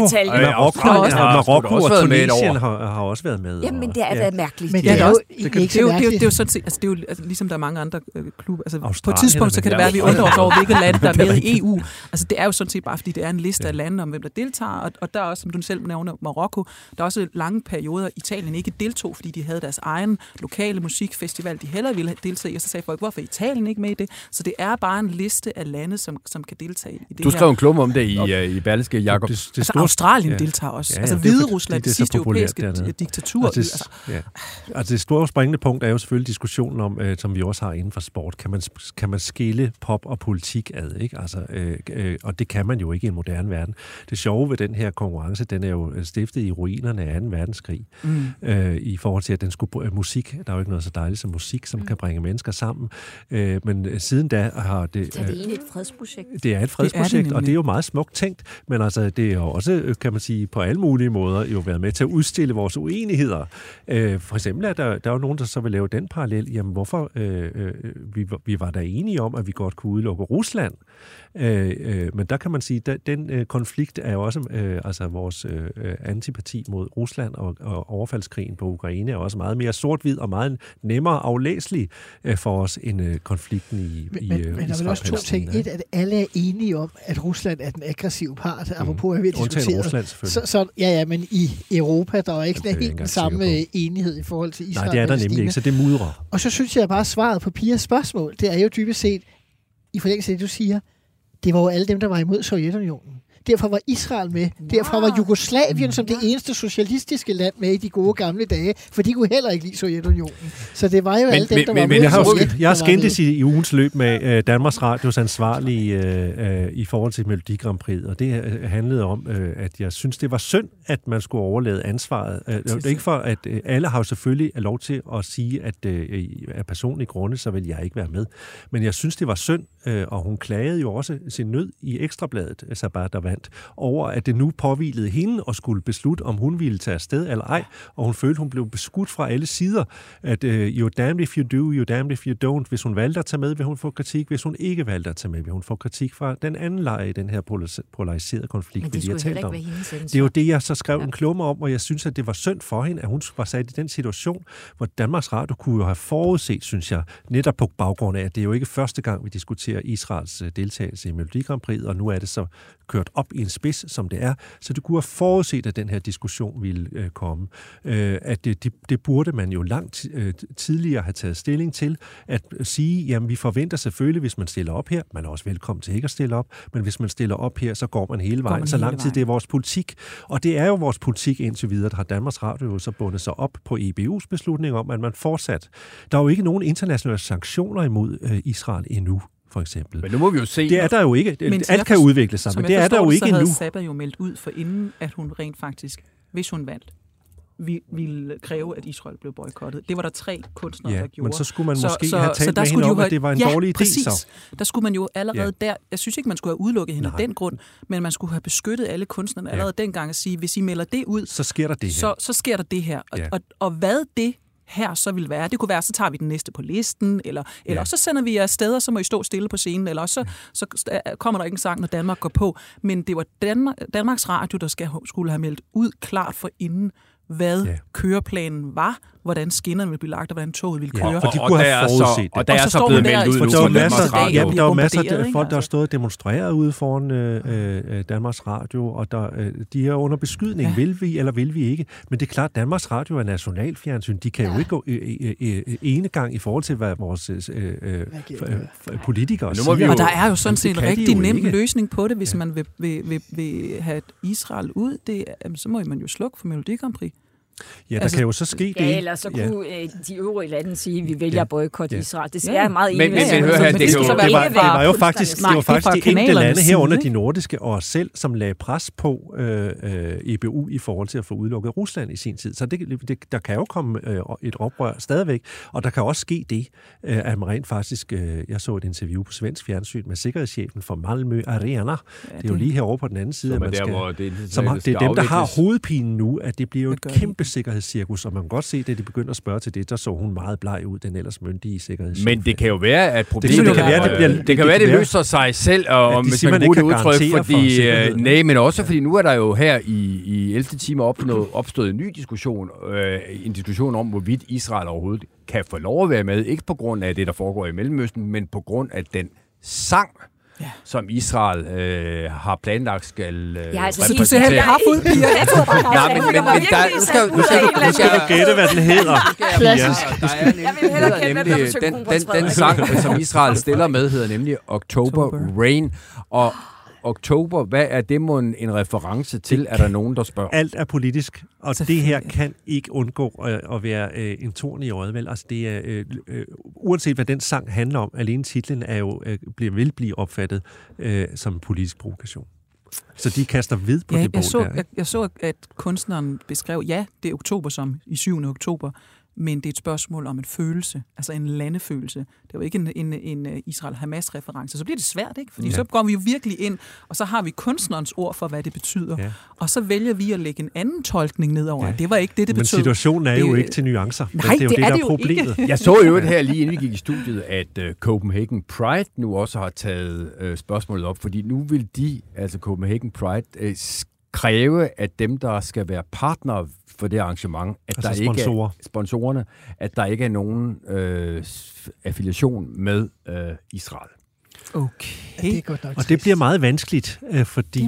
S3: Marokko og Tunesien har også været med.
S5: Jamen, det er da mærkeligt.
S4: Men det er jo sådan set, altså det er jo ligesom der er mange andre klubber. Altså på et tidspunkt, så kan det være, at vi undrer os over, hvilke lande, der er med i EU. Altså det er jo sådan set bare, fordi det er en liste af lande om, hvem der deltager. Og der er også, som du selv nævner, Marokko. Der er også lange perioder, Italien ikke deltog, fordi de havde deres egen lokale musikfestival, de hellere ville deltage i. Og så sagde folk, hvorfor er Italien ikke med i det? Så det er bare en liste af lande, som kan deltage i det her.
S1: Du skrev en klumme om det i Berlingske, Jakob.
S4: Altså Australien deltager også. Altså Hvide Rusland, det sidste europæiske diktatur.
S3: Altså det store springende punkt er jo selvfølgelig diskussionen om, som vi også har inden for sport, kan man skille pop og politik ad, ikke? Altså, og det kan man jo ikke i en moderne verden. Det sjove ved den her konkurrence, den er jo stiftet i ruinerne af 2. verdenskrig, i forhold til, at den skulle musik, der er jo ikke noget så dejligt som musik, som kan bringe mennesker sammen, men siden da har det...
S5: Så det er egentlig et fredsprojekt.
S3: Det er et fredsprojekt, og det er jo meget smukt tænkt, men altså det er jo også, kan man sige, på alle mulige måder jo været med til at udstille vores uenigheder. For eksempel er der jo nogen, der så vil lave den parallel. Jamen, hvorfor vi var der enige om, at vi godt kunne udelukke Rusland. Men der kan man sige, at den konflikt er jo også, altså vores antipati mod Rusland og overfaldskrigen på Ukraine er også meget mere sort-hvid og meget nemmere aflæselig for os end konflikten i Israel.
S2: Men der er vel også to ting. Et, at alle er enige om, at Rusland er den aggressive part, apropos at vi har diskuteret.
S3: Rusland selvfølgelig.
S2: Ja, men i Europa, der er ikke helt den samme enighed i forhold til Israel.
S3: Nej, det er der nemlig ikke, så det mudrer.
S2: Og så synes jeg bare, svaret på Pias spørgsmål, det er jo dybest set, i forlængelse af det, du siger, det var jo alle dem, der var imod Sovjetunionen. Derfor var Israel med. Derfor var Jugoslavien som det eneste socialistiske land med i de gode gamle dage, for de kunne heller ikke lide Sovjetunionen. Så det var jo alle dem, der var med.
S3: Jeg har skændtes i ugens løb med Danmarks Radios ansvarlige i forhold til Melodi Grand Prix, og det handlede om, at jeg synes, det var synd, at man skulle overlade ansvaret. Det er ikke for, at alle har jo selvfølgelig lov til at sige, at af personlige grunde, så vil jeg ikke være med. Men jeg synes, det var synd, og hun klagede jo også sin nød i Ekstrabladet, Sabat, der vandt, over at det nu påhvilede hende og skulle beslutte, om hun ville tage afsted eller ej, og hun følte, hun blev beskudt fra alle sider, at you're damned if you do, you're damned if you don't. Hvis hun valgte at tage med, vil hun få kritik. Hvis hun ikke valgte at tage med, vil hun få kritik fra den anden lejr i den her polariserede konflikt, vi lige har talt om. Det er jo det, jeg så skrev en klumme om, og jeg synes, at det var synd for hende, at hun var sat i den situation, hvor Danmarks Radio kunne jo have forudset, synes jeg, netop på baggrund af, at det er jo ikke første gang, vi diskuterer Israels deltagelse i Melodi Grand Prix, og nu er det så kørt op i en spids, som det er, så det kunne have forudset, at den her diskussion ville komme. At det burde man jo langt tidligere have taget stilling til, at sige, jamen vi forventer selvfølgelig, hvis man stiller op her, man er også velkommen til ikke at stille op, men hvis man stiller op her, så går man hele vejen, så lang tid det er vores politik. Og det er jo vores politik indtil videre, der har Danmarks Radio jo så bundet sig op på EBU's beslutning om, at man fortsat. Der er jo ikke nogen internationale sanktioner imod Israel endnu, for eksempel.
S1: Men nu må vi jo se.
S3: Det er der jo ikke. Alt kan udvikle sig, men det er der jo ikke endnu.
S4: Så havde Saba jo meldt ud for inden, at hun rent faktisk, hvis hun vandt, ville kræve, at Israel blev boykottet. Det var der 3 kunstnere, der gjorde.
S3: Men så skulle man måske have talt med hende om, at det var en dårlig idé. Så.
S4: Der skulle man jo allerede der, jeg synes ikke, man skulle have udelukket hende af den grund, men man skulle have beskyttet alle kunstnerne allerede dengang at sige, hvis I melder det ud,
S3: så sker der det her.
S4: Så sker der det her. Og hvad det her så vil være, det kunne være, så tager vi den næste på listen, eller så sender vi jer afsted, og så må I stå stille på scenen, eller så kommer der ikke en sang, når Danmark går på. Men det var Danmarks Radio, der skulle have meldt ud klart for inden, hvad køreplanen var, hvordan skinnerne ville blive lagt, og hvordan toget ville køre.
S3: Og de kunne have forudset det.
S1: Og der er så blevet meldt ud nu.
S3: Der var masser af folk, der har stået og demonstreret ude foran Danmarks Radio, og de er under beskydning. Ja. Vil vi, eller vil vi ikke? Men det er klart, Danmarks Radio er nationalfjernsyn. De kan jo ikke gå enegang i forhold til, hvad vores politikere siger.
S4: Og der er jo sådan set en rigtig nem løsning på det, hvis man vil have Israel ud. Så må man jo slukke for Melodi Grand Prix.
S3: Ja, der kan jo så ske det.
S5: Ja, eller så kunne de øvrige lande sige, at vi vælger at boykotte Israel. Det er meget enig.
S3: Det var jo faktisk de enkelte lande herunder de nordiske og os selv, som lagde pres på EBU i forhold til at få udelukket Rusland i sin tid. Så der kan jo komme et oprør stadigvæk, og der kan også ske det, at man rent faktisk, jeg så et interview på svensk fjernsyn med sikkerhedschefen for Malmö Arena. Det er jo lige herovre på den anden side, at man skal... Det er dem, der har hovedpinen nu, at det bliver jo et kæmpe sikkerhedscirkus, og man kan godt se, at de begynder at spørge til det, der så hun meget bleg ud, den ellers myndige sikkerhedschef.
S1: Men det kan jo være, at problemet det kan være, det løser sig selv, og hvis man bruger det udtryk, fordi men også fordi nu er der jo her i 11. time opstået en ny diskussion, en diskussion om, hvorvidt Israel overhovedet kan få lov at være med, ikke på grund af det, der foregår i Mellemøsten, men på grund af den sang, som Israel har planlagt skal repræsentere.
S4: Du ser helt kraf ud, Pia.
S5: Jeg tror bare,
S3: nu skal du gætte, hvad den hedder.
S1: Den sang, som Israel stiller med, hedder nemlig October Rain. Og oktober, hvad er det en reference til? Er der nogen, der spørger?
S3: Alt er politisk, og det her kan ikke undgå at være en torn i øjet. Vel? Altså det er, uanset hvad den sang handler om, alene titlen er jo, vil blive opfattet som en politisk provokation. Så de kaster ved på det bog der.
S4: Jeg så, at kunstneren beskrev, det er oktober som i 7. oktober, men det er et spørgsmål om en følelse, altså en landefølelse. Det er jo ikke en Israel-Hamas-reference. Så bliver det svært, ikke? Fordi så går vi jo virkelig ind, og så har vi kunstnerens ord for, hvad det betyder. Ja. Og så vælger vi at lægge en anden tolkning ned over. Ja. Det var ikke det betød.
S3: Men situationen er jo ikke til nuancer.
S4: Nej,
S3: det er jo det, der er problemet.
S1: Jeg så jo her lige inden vi gik i studiet, at Copenhagen Pride nu også har taget spørgsmålet op, fordi nu vil altså Copenhagen Pride, kræve, at dem, der skal være partnere for det arrangement, at altså der ikke er sponsorerne, at der ikke er nogen affiliation med Israel.
S4: Okay.
S3: Og det bliver meget vanskeligt, fordi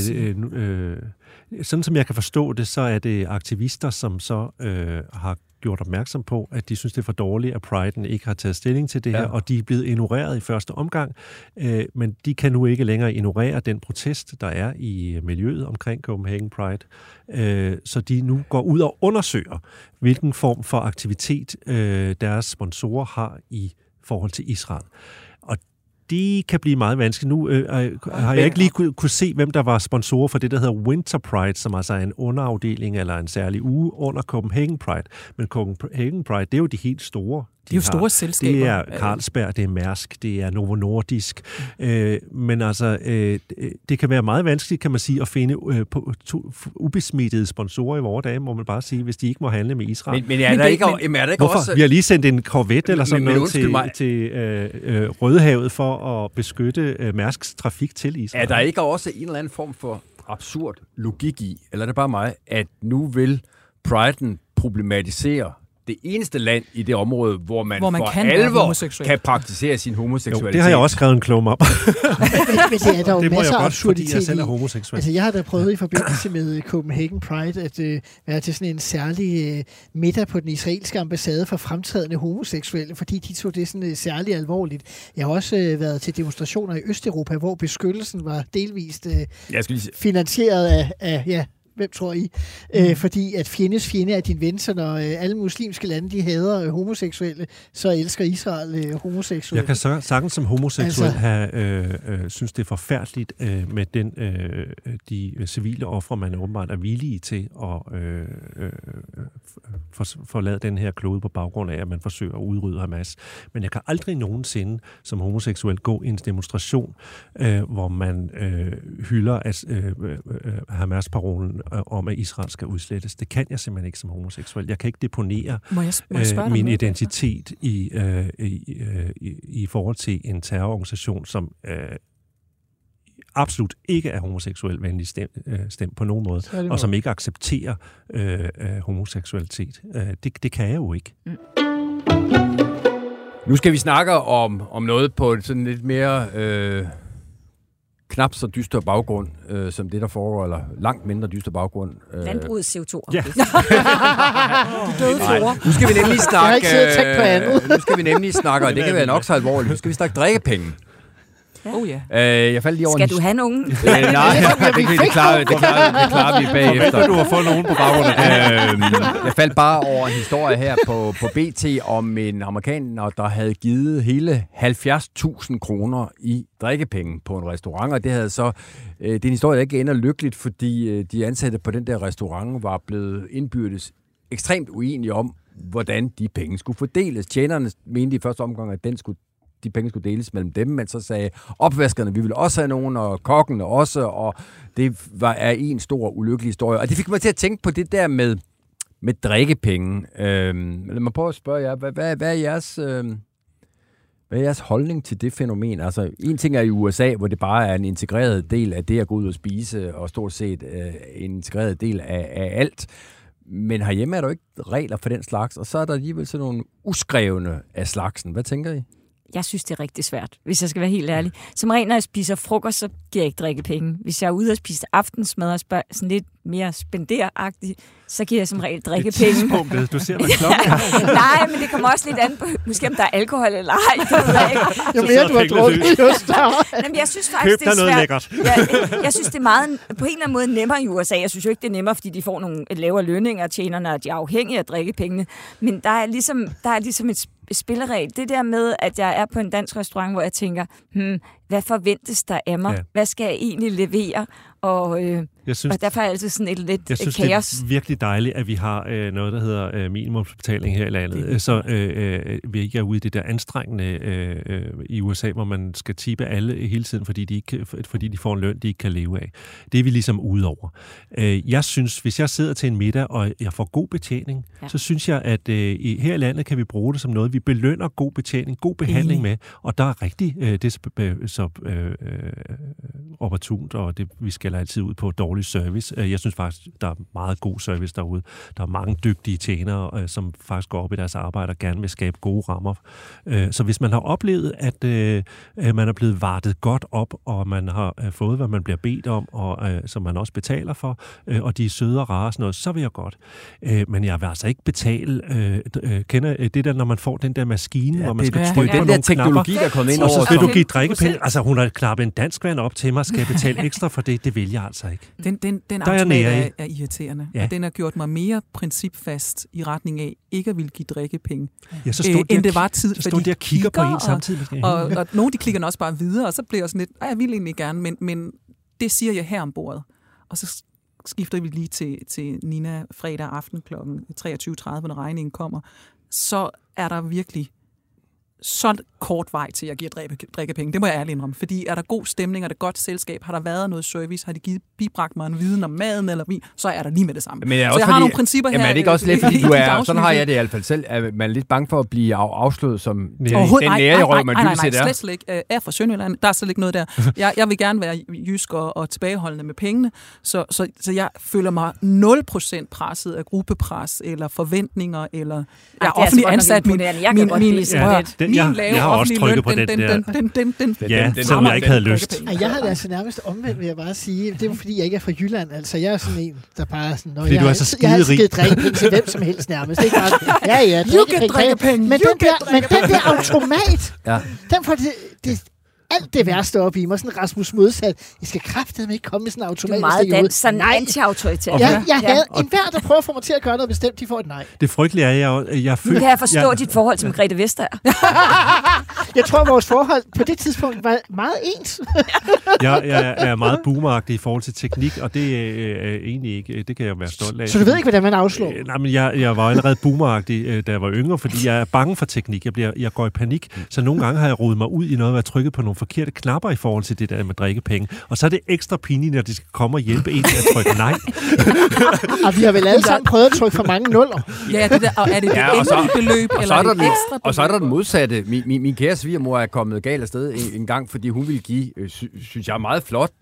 S3: sådan som jeg kan forstå det, så er det aktivister, som så har gjort opmærksom på, at de synes, det er for dårligt, at Pride'en ikke har taget stilling til det her, og de er blevet ignoreret i første omgang, men de kan nu ikke længere ignorere den protest, der er i miljøet omkring Copenhagen Pride, så de nu går ud og undersøger, hvilken form for aktivitet deres sponsorer har i forhold til Israel. Og det kan blive meget vanskeligt. Nu har jeg ikke lige kunne se, hvem der var sponsorer for det, der hedder Winter Pride, som altså er en underafdeling eller en særlig uge under Copenhagen Pride. Men Copenhagen Pride, det er jo de helt store
S4: Det er jo store selskaber.
S3: Det er Carlsberg, det er Mærsk, det er Novo Nordisk. Men altså, det kan være meget vanskeligt, kan man sige, at finde ubesmittede sponsorer i vore dage, må man bare sige, hvis de ikke må handle med Israel.
S1: Men er der ikke også...
S3: Vi har lige sendt en Corvette eller sådan noget til Rødehavet for at beskytte Mærsks trafik til Israel.
S1: Er der ikke også en eller anden form for absurd logik i, eller er det bare mig, at nu vil Priden problematisere det eneste land i det område, hvor man for alvor kan praktisere sin homoseksualitet.
S3: Jo, det har jeg også skrevet en klum op.
S2: men det er der jo masser af absurditet
S3: jeg selv er homoseksuel.
S2: Altså, jeg har da prøvet i forbindelse med Copenhagen Pride at være til sådan en særlig middag på den israelske ambassade for fremtrædende homoseksuelle, fordi de tog det sådan særligt alvorligt. Jeg har også været til demonstrationer i Østeuropa, hvor beskyttelsen var delvist finansieret af hvem tror I? Fordi at fjendes fjende er din ven, så når alle muslimske lande, de hader homoseksuelle, så elsker Israel homoseksuelle.
S3: Jeg kan sagtens som homoseksuel synes, det er forfærdeligt med de civile ofre, man åbenbart er villige til at forlade den her klode på baggrund af, at man forsøger at udrydde Hamas. Men jeg kan aldrig nogensinde som homoseksuel gå i en demonstration, hvor man hylder Hamas-parolen om, at Israel skal udslettes. Det kan jeg simpelthen ikke som homoseksuel. Jeg kan ikke deponere min identitet i forhold til en terrororganisation, som absolut ikke er homoseksuel venlig stemt på nogen måde, og som ikke accepterer homoseksualitet. Det kan jeg jo ikke.
S1: Nu skal vi snakke om noget på sådan lidt mere... knap så dyster baggrund, som det, der foregår, eller langt mindre dyster baggrund.
S5: Landbrugets CO2.
S3: Ja.
S5: De døde florer.
S1: Nu skal vi nemlig snakke...
S2: Jeg har ikke siddet og tænkt på andet.
S1: Nu skal vi nemlig snakke, og det kan være nok så alvorligt. Nu skal vi snakke drikkepenge. Jeg faldt lige over
S5: skal du have nogen?
S1: Nej, det klarer vi bagefter.
S3: Du har fået nogen på baggrund af det.
S1: Jeg faldt bare over en historie her på BT om en amerikaner, der havde givet hele 70.000 kroner i drikkepenge på en restaurant, og det havde så... Det er en historie, der ikke ender lykkeligt, fordi de ansatte på den der restaurant var blevet indbyrdes ekstremt uenige om, hvordan de penge skulle fordeles. Tjenerne mente i første omgang, at de penge skulle deles mellem dem, men så sagde opvaskerne, vi vil også have nogen, og kokkene også, og det er en stor ulykkelig historie. Og det fik mig til at tænke på det der med drikkepenge. Lad mig prøve at spørge jer, hvad er jeres holdning til det fænomen? Altså, en ting er i USA, hvor det bare er en integreret del af det at gå ud og spise, og stort set en integreret del af alt. Men herhjemme er der jo ikke regler for den slags, og så er der alligevel sådan nogle uskrevne af slagsen. Hvad tænker I?
S5: Jeg synes, det er rigtig svært, hvis jeg skal være helt ærlig. Som regel, når jeg spiser frokost, så giver jeg ikke drikkepenge. Hvis jeg er ude og spise aftensmad og sådan lidt mere spenderagtigt, så giver jeg som regel drikkepenge.
S3: Du ser, hvad klokken er.
S5: Nej, men det kommer også lidt an på, måske om der er alkohol eller ej.
S2: Jo mere du har drukket, just
S5: Jamen, jeg synes faktisk, det er svært. Lækkert. Jeg synes, det er meget, på en eller anden måde nemmere i USA. Jeg synes jo ikke, det er nemmere, fordi de får nogle lavere lønninger, tjenerne, og de er afhængige af drikkepengene. Men der er ligesom et spilleregel. Det der med, at jeg er på en dansk restaurant, hvor jeg tænker, hvad forventes der af mig? Ja. Hvad skal jeg egentlig levere? Og derfor er det altid sådan et lidt kaos.
S3: Jeg synes, det er virkelig dejligt, at vi har noget, der hedder minimumsbetaling her i landet. Så vi ikke er ude i det der anstrengende i USA, hvor man skal tippe alle hele tiden, fordi de får en løn, de ikke kan leve af. Det er vi ligesom ude over. Jeg synes, hvis jeg sidder til en middag, og jeg får god betjening, så synes jeg, at her i landet kan vi bruge det som noget, vi belønner god betjening, god behandling med, og der er rigtig så opportunt, og vi skal altid ud på dårlig service. Jeg synes faktisk, der er meget god service derude. Der er mange dygtige tjenere, som faktisk går op i deres arbejde og gerne vil skabe gode rammer. Så hvis man har oplevet, at man er blevet vartet godt op, og man har fået, hvad man bliver bedt om, og som man også betaler for, og de er søde og rare og sådan noget, så vil jeg godt. Men jeg vil altså ikke betale... kender det der, når man får den der maskine, hvor man skal trykke på nogle
S1: teknologi, der er kommet ind
S3: over.
S1: Og
S3: så vil du give drikkepenge. Altså, hun har klappet en dansk vand op til mig, skal jeg betale ekstra for det? Det vil jeg altså ikke.
S4: Den automat er irriterende. Ja. Og den har gjort mig mere principfast i retning af ikke at ville give drikkepenge, end det var tid.
S3: Så stod de og kigger på en samtidig.
S4: Og nogle de klikker også bare videre, og så bliver jeg sådan lidt, jeg vil egentlig gerne, men det siger jeg her om bordet. Og så skifter vi lige til Nina fredag aften kl. 23.30, når regningen kommer. Så er der virkelig så kort vej til at give drikkepenge. Det må jeg ærligt indrømme. Fordi er der god stemning, er der godt selskab, har der været noget service, har de bibragt mig en viden om maden eller vin, så er der lige med det samme.
S1: Men
S4: så jeg har nogle principper her.
S1: Men er det ikke også lidt, fordi du er, sådan har jeg det i hvert fald selv, at man er lidt bange for at blive afsløret som den nære røv, man dybest set er?
S4: Nej, slet ikke. Jeg er fra Sønderjylland, der er slet ikke noget der. Jeg vil gerne være jysk og tilbageholdende med pengene, så jeg føler mig 0% presset af gruppepres eller forventninger, eller jeg er offentlig ansat.
S3: Jeg har også trykket på den der. Ja, selvom jeg ikke havde lyst.
S2: Jeg har det altså nærmest omvendt, vil jeg bare sige. Det er fordi, jeg ikke er fra Jylland. Altså, jeg er sådan en, der bare sådan...
S3: Fordi du er så skiderig.
S2: Jeg har givet drikkepenge til hvem som helst nærmest. Det er bare, drikkepenge. Men den der automat, den får det alt det værste op i mig. Sådan Rasmus modsat. Jeg skal kraftedeme ikke komme med sådan en automat.
S5: Du er meget dansk, sådan anti-autoritær.
S2: Jeg havde enhver, der prøver at få mig til at gøre noget bestemt, de får et nej.
S3: Det frygtelige er, jeg føler...
S5: Nu kan jeg forstå dit forhold til Margrethe Vestager.
S2: Jeg tror, vores forhold på det tidspunkt var meget ens.
S3: Jeg er meget boomeragtig i forhold til teknik, og det er egentlig ikke... Det kan jeg være stolt af.
S2: Så du ved ikke, hvordan man afslår?
S3: Nej, men jeg var allerede boomeragtig, da jeg var yngre, fordi jeg er bange for teknik. Jeg går i panik, så nogle gange har jeg rodet mig ud i noget, hvor jeg trykket på nogle forkerte knapper i forhold til det der med drikkepenge. Og så er det ekstra pinligt, når de skal komme og hjælpe en til at trykke nej.
S2: Og vi har vel alle sammen prøvet at trykke for mange nuller.
S4: Ja, det der, og er det det endelige beløb, eller er det ekstra beløb?
S1: Og så er der den modsatte. Min kære svigermor er kommet galt afsted en gang, fordi hun ville give, synes jeg, meget flot,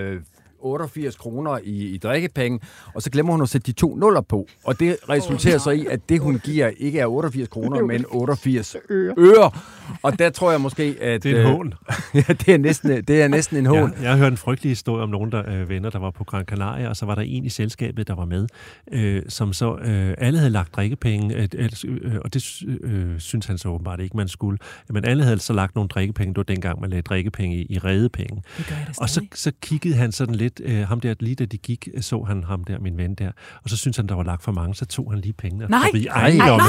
S1: 88 kroner i drikkepenge, og så glemmer hun at sætte de 2 nuller på. Og det resulterer så i, at det, hun giver, ikke er 88 kroner, men 88 øre. Og der tror jeg måske, at...
S3: Det er en hån.
S1: Ja, det er næsten en hån.
S3: Ja, jeg har hørt en frygtelig historie om nogen venner, der var på Gran Canaria, og så var der en i selskabet, der var med, som så alle havde lagt drikkepenge, og det synes han så åbenbart ikke, man skulle. Men alle havde så lagt nogle drikkepenge, det var dengang, man lagde drikkepenge i redepenge. Og så kiggede han sådan lidt, ham der, lige da de gik, så han ham der, min ven der, og så synes han, der var lagt for mange, så tog han lige pengene.
S5: Nej, det har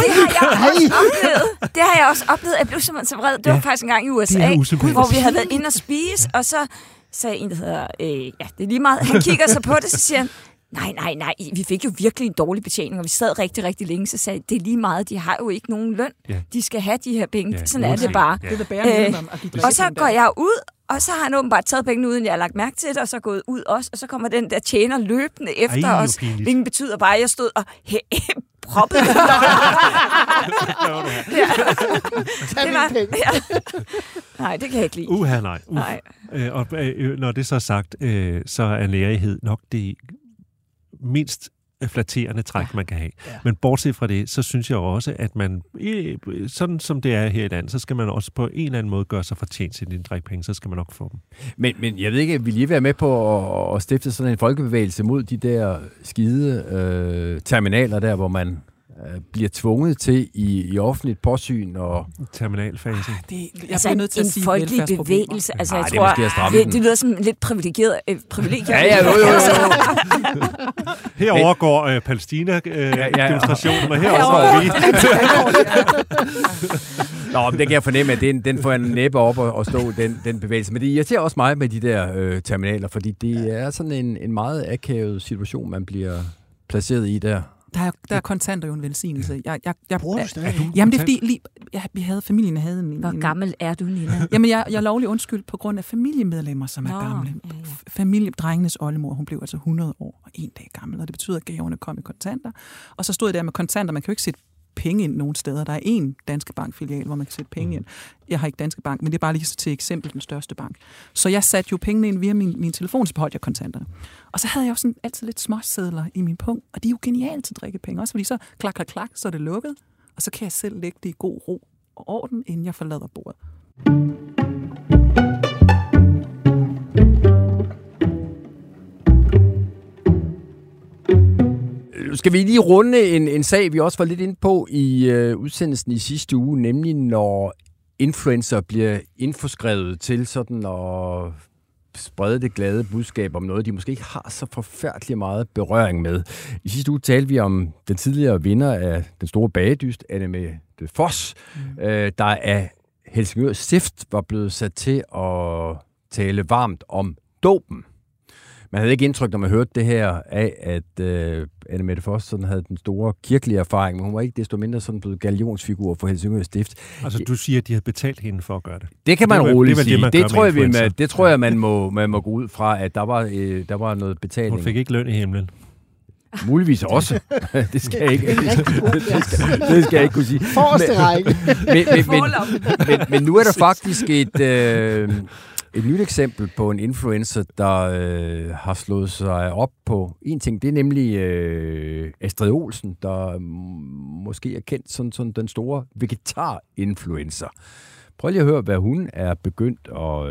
S5: jeg også oplevet. Jeg blev simpelthen så vred. Det var faktisk en gang i USA, hvor vi havde været inde og spise, og så sagde en, der hedder, det er lige meget, han kigger så på det, så siger han, nej, vi fik jo virkelig en dårlig betjening, og vi sad rigtig, rigtig længe, så sagde det er lige meget, de har jo ikke nogen løn. De skal have de her penge. Sådan er det bare. Og så går jeg ud, og så har han åbenbart taget pengene uden jeg har lagt mærke til det, og så gået ud også, og så kommer den der tjener løbende efter os, hvilken betyder bare, at jeg stod og proppede. Nej, det kan jeg ikke lide.
S3: Nej. Og når det så er sagt, så er nærighed nok det mindst flatterende træk, man kan have. Ja. Men bortset fra det, så synes jeg også, at man, sådan som det er her i landet, så skal man også på en eller anden måde gøre sig fortjent til dine drikkepenge, så skal man nok få dem.
S1: Men jeg ved ikke, vil I være med på at stifte sådan en folkebevægelse mod de der skide terminaler der, hvor man bliver tvunget til i offentligt påsyn og
S3: terminalfasen.
S5: Jeg er nødt til at sige en folkelig bevægelse. Altså, jeg tror, det lyder som lidt privilegeret.
S1: Ja, jo.
S3: Herover går Palæstina-demonstrationen, og herover vi.
S1: Nå, men det kan jeg fornemme, at den får en næppe op og stå, den bevægelse. Men det irriterer også mig med de der terminaler, fordi det er sådan en meget akavet situation, man bliver placeret i der.
S4: Der er kontanter jo en velsignelse.
S2: Bruger du stadig?
S4: Jamen, det er fordi, familien havde en...
S5: Hvor gammel er du, Nina?
S4: Jamen, jeg er lovlig undskyld på grund af familiemedlemmer, som er gamle. Familiedrengenes oldemor, hun blev altså 100 år og 1 dag gammel, og det betyder, at gaverne kom i kontanter. Og så stod jeg der med kontanter. Man kan jo ikke sætte penge ind nogen steder. Der er én Danske Bank-filial, hvor man kan sætte penge ind. Jeg har ikke Danske Bank, men det er bare lige til eksempel den største bank. Så jeg satte jo pengene ind via min telefon, så beholdt jeg kontanterne. Og så havde jeg jo sådan altid lidt småsedler i min punkt, og de er jo genialt til drikkepenge. Også fordi så klak, så er det lukket, og så kan jeg selv lægge det i god ro og orden, inden jeg forlader bordet.
S1: Skal vi lige runde en sag, vi også var lidt inde på i udsendelsen i sidste uge, nemlig når influencer bliver indforskrevet til sådan at sprede det glade budskab om noget, de måske ikke har så forfærdeligt meget berøring med. I sidste uge talte vi om den tidligere vinder af den store bagedyst, Anne-Mette Foss, der af Helsingør Stift var blevet sat til at tale varmt om dåben. Man havde ikke indtryk, når man hørte det her, af at Anne Mette Foss sådan havde den store kirkelige erfaring, men hun var ikke desto mindre sådan blevet galionsfigur for Helsingør Stift.
S3: Altså, du siger, at de havde betalt hende for at gøre det.
S1: Det kan man roligt sige. Det tror jeg, man må gå ud fra, at der var noget betaling.
S3: Hun fik ikke løn i himlen.
S1: Muligvis også. Det skal jeg ikke. Det skal jeg ikke kunne sige.
S2: Forreste række.
S1: Men nu er der faktisk et nyt eksempel på en influencer, der har slået sig op på en ting. Det er nemlig Astrid Olsen, der måske er kendt som den store vegetar-influencer. Prøv lige at høre, hvad hun er begyndt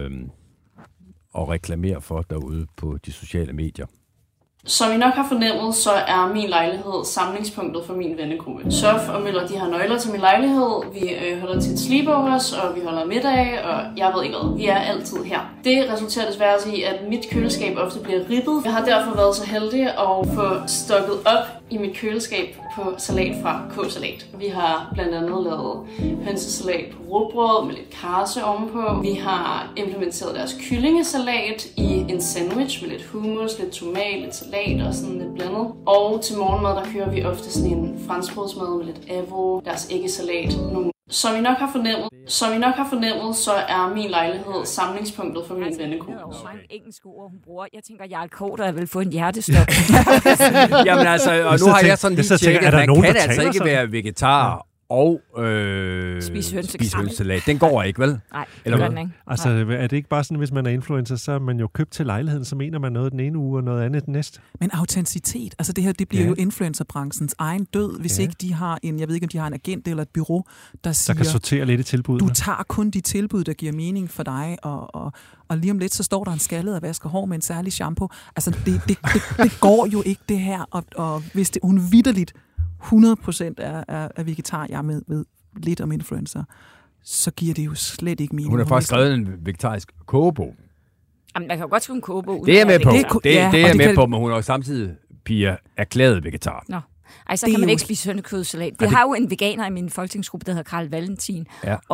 S1: at reklamere for derude på de sociale medier.
S7: Som I nok har fornemmet, så er min lejlighed samlingspunktet for min vennegruppe. Surf og Møller, de har nøgler til min lejlighed. Vi holder til sleepovers, og vi holder middag, og jeg ved ikke hvad. Vi er altid her. Det resulterer desværre i, at mit køleskab ofte bliver ribbet. Jeg har derfor været så heldig at få stokket op i mit køleskab på salat fra K-salat. Vi har blandt andet lavet hønsesalat på rugbrød med lidt karse ovenpå. Vi har implementeret deres kyllingesalat i en sandwich med lidt hummus, lidt tomat, lidt salat og sådan lidt blandet. Og til morgenmad, der kører vi ofte sådan en franskbrødsmad med lidt avo, deres æggesalat, nogle. Som I nok har fornemmet, så er min lejlighed samlingspunktet for min vennegruppe.
S5: Hvor mange engelske ord hun bruger. Jeg tænker, Jarl Kort, jeg vil få en hjertestop.
S1: Jamen altså, og nu har jeg sådan lige tjekket, at man kan altså ikke være vegetar og spise hønsesalat. Den går ikke, vel?
S5: Nej, det gør den ikke.
S3: Altså, er det ikke bare sådan, hvis man er influencer, så er man jo købt til lejligheden, så mener man noget den ene uge og noget andet den næste.
S4: Men autenticitet, altså det her, det bliver jo influencerbranchens egen død, hvis ikke de har jeg ved ikke, om de har en agent eller et bureau, der siger,
S3: der kan sortere lidt i tilbudene.
S4: Du tager kun de tilbud, der giver mening for dig, og lige om lidt, så står der en skaldet og vasker hår med en særlig shampoo. Altså, det går jo ikke, det her, og hvis hun vitterligt 100% er vegetar, jeg ved lidt om influencer, så giver det jo slet ikke mening.
S1: Hun har faktisk skrevet en vegetarisk kogebog.
S5: Jamen, man kan jo godt skrive en kogebog.
S1: Det er med på. Det er med på, men hun er jo samtidig erklæret vegetar.
S5: Nå. Ej, så kan man ikke spise hønnekødsalat. Vi har jo en veganer i min folketingsgruppe, der hedder Carl Valentin,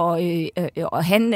S5: og han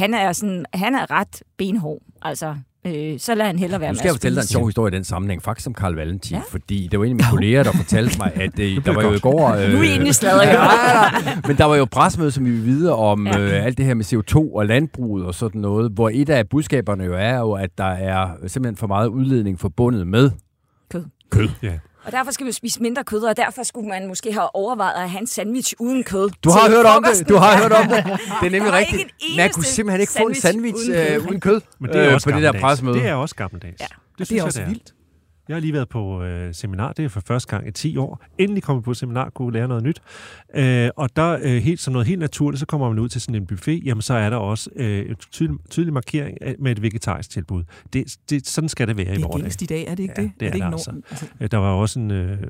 S5: er ret benhård. Altså, så lader han hellere være med at spise. Nu skal jeg fortælle dig en sjov historie i den sammenhæng, faktisk om Carl Valentin, fordi det var en af mine kolleger, der fortalte mig, at der var jo i går. Nu er I egentlig sladret.
S1: Men der var jo pressemøde, som vi vil vide om alt det her med CO2 og landbruget og sådan noget, hvor et af budskaberne jo er jo, at der er simpelthen for meget udledning forbundet med kød.
S3: Ja.
S5: Og derfor skal vi spise mindre kød, og derfor skulle man måske have overvejet at have en sandwich uden kød.
S1: Du har hørt om det. Det er nemlig rigtigt. Man kunne simpelthen ikke få en sandwich uden kød.
S3: Men det er også
S1: på det der pressemøde.
S3: Det er også gammeldags.
S4: Ja.
S3: Det
S4: synes er også vildt.
S3: Jeg har lige været på seminar, det er for første gang i 10 år. Endelig kommet på seminar, kunne lære noget nyt. Og der, helt som noget helt naturligt, så kommer man ud til sådan en buffet, jamen så er der også en tydelig markering med et vegetarisk tilbud. Sådan skal det være i vores dag.
S4: Det er gængst i dag, er det ikke det?
S3: Det er det
S4: ikke
S3: altså. Der var også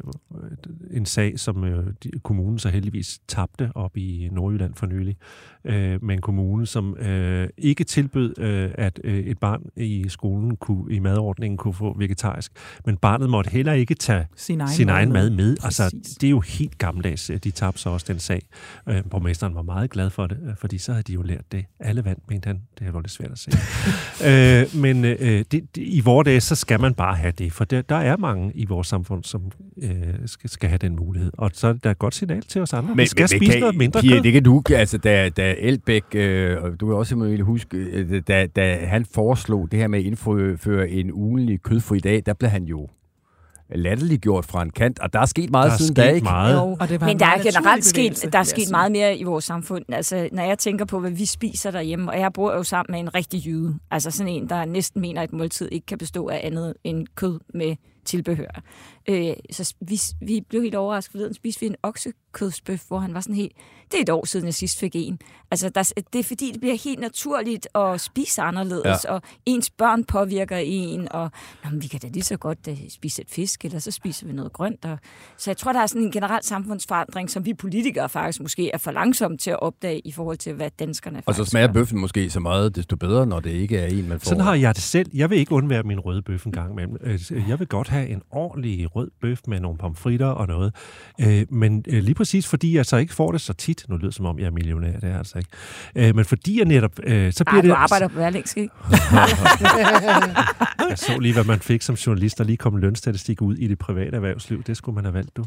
S3: en sag, som kommunen så heldigvis tabte op i Nordjylland for nylig, med en kommune, som ikke tilbød, at et barn i skolen i madordningen kunne få vegetarisk. Men barnet måtte heller ikke tage sin egen mad med. Altså, det er jo helt gammeldags. De tabte så også den sag. Borgmesteren var meget glad for det, fordi så havde de jo lært det. Alle vand, mente han. Det var lidt svært at se. Men i vores dage, så skal man bare have det. For der er mange i vores samfund, som skal have den mulighed. Og så er der et godt signal til os andre. Vi skal spise noget mindre kød.
S1: Det kan du, altså da Elbæk, og du kan også simpelthen huske, da han foreslog det her med at indføre en ugenlig kødfri dag, der blev han jo latterliggjort fra en kant, og der er sket meget siden da, ikke?
S5: Men der er generelt sket meget mere i vores samfund. Altså, når jeg tænker på, hvad vi spiser derhjemme, og jeg bor jo sammen med en rigtig jyde, altså sådan en, der næsten mener, at et måltid ikke kan bestå af andet end kød med tilbehør. Så vi blev helt overrasket forleden, spiste vi en oksekødsbøf, hvor han var sådan helt, det er et år siden, jeg sidst fik en. Altså, det er fordi, det bliver helt naturligt at spise anderledes, og ens børn påvirker en, og vi kan da lige så godt spise et fisk, eller så spiser vi noget grønt. Så jeg tror, der er sådan en generel samfundsforandring, som vi politikere faktisk måske er for langsomme til at opdage i forhold til, hvad danskerne faktisk.
S1: Og så smager bøffen måske så meget, desto bedre, når det ikke er en, man får.
S3: Sådan har jeg det selv. Jeg vil ikke undvære min røde bøf en gang imellem. Jeg vil godt have en ordentlig rød bøf med nogle pomfritter og noget. Men lige præcis, fordi jeg så ikke får det så tit. Nu lyder det, som om jeg er millionær, det er altså ikke. Men fordi jeg netop... så bliver
S5: du arbejder på Berlingske, ikke?
S3: Jeg så lige, hvad man fik som journalist, der lige kom lønstatistik ud i det private erhvervsliv. Det skulle man have valgt, du.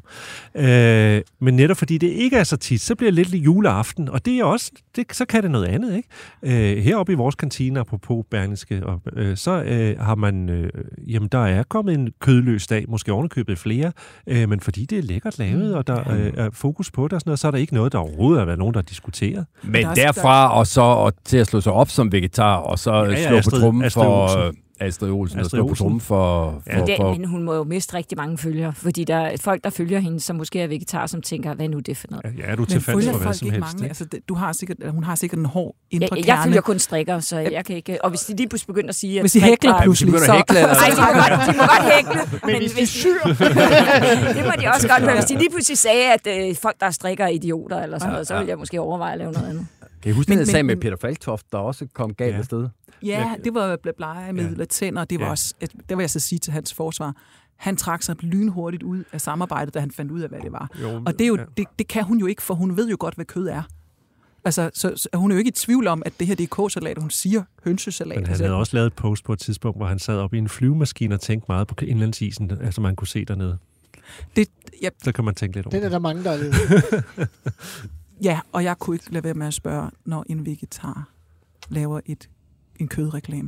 S3: Men netop fordi det ikke er så tit, så bliver det lidt juleaften, og det er også... så kan det noget andet, ikke? Heroppe i vores kantine, apropos Berlingske, så har man... jamen, der er kommet en kødløs dag, måske ovenikøbet flere, men fordi det er lækkert lavet, og der er fokus på det og sådan noget, så er der ikke noget, der overhovedet har været nogen, der har diskuteret.
S1: Men derfra og så og til at slå sig op som vegetar, og så slå på trummen for... Astrid Olsen, der står på trummen for...
S5: Men hun må jo miste rigtig mange følgere, fordi der er folk, der følger hende, som måske er vegetar, som tænker, hvad nu det for noget?
S3: Ja, er du tilfældig for hvad som helst?
S4: Mange? Altså, hun har sikkert en hård indre kerne.
S5: Jeg følger kun strikker, så jeg kan ikke... Og hvis de lige pludselig begynder at sige...
S4: Hvis de hækler pludselig, så...
S5: Nej, de må godt hækle. Men hvis de syr... Det må de også godt. Men hvis de lige pludselig sagde, at folk, der strikker, er idioter, eller sådan noget, så ville jeg måske overveje at lave noget andet.
S1: Kan I huske den sag med Peter Falktoft, der også kom galt afsted?
S4: Ja, det var blegemiddel, tænder, det var også, det vil jeg så sige til hans forsvar, han trak sig lynhurtigt ud af samarbejdet, da han fandt ud af, hvad det var. Og det er jo, det kan hun jo ikke, for hun ved jo godt, hvad kød er. Altså, så hun er jo ikke i tvivl om, at det her det er kåsalat, hun siger hønsesalat.
S3: Men han havde også lavet et post på et tidspunkt, hvor han sad op i en flyvemaskine og tænkte meget på indlandsisen, altså man kunne se dernede. Så kan man tænke lidt over.
S2: Det er der mange, der er lidt.
S4: Ja, og jeg kunne ikke lade være med at spørge, når en vegetar laver en kødreklame.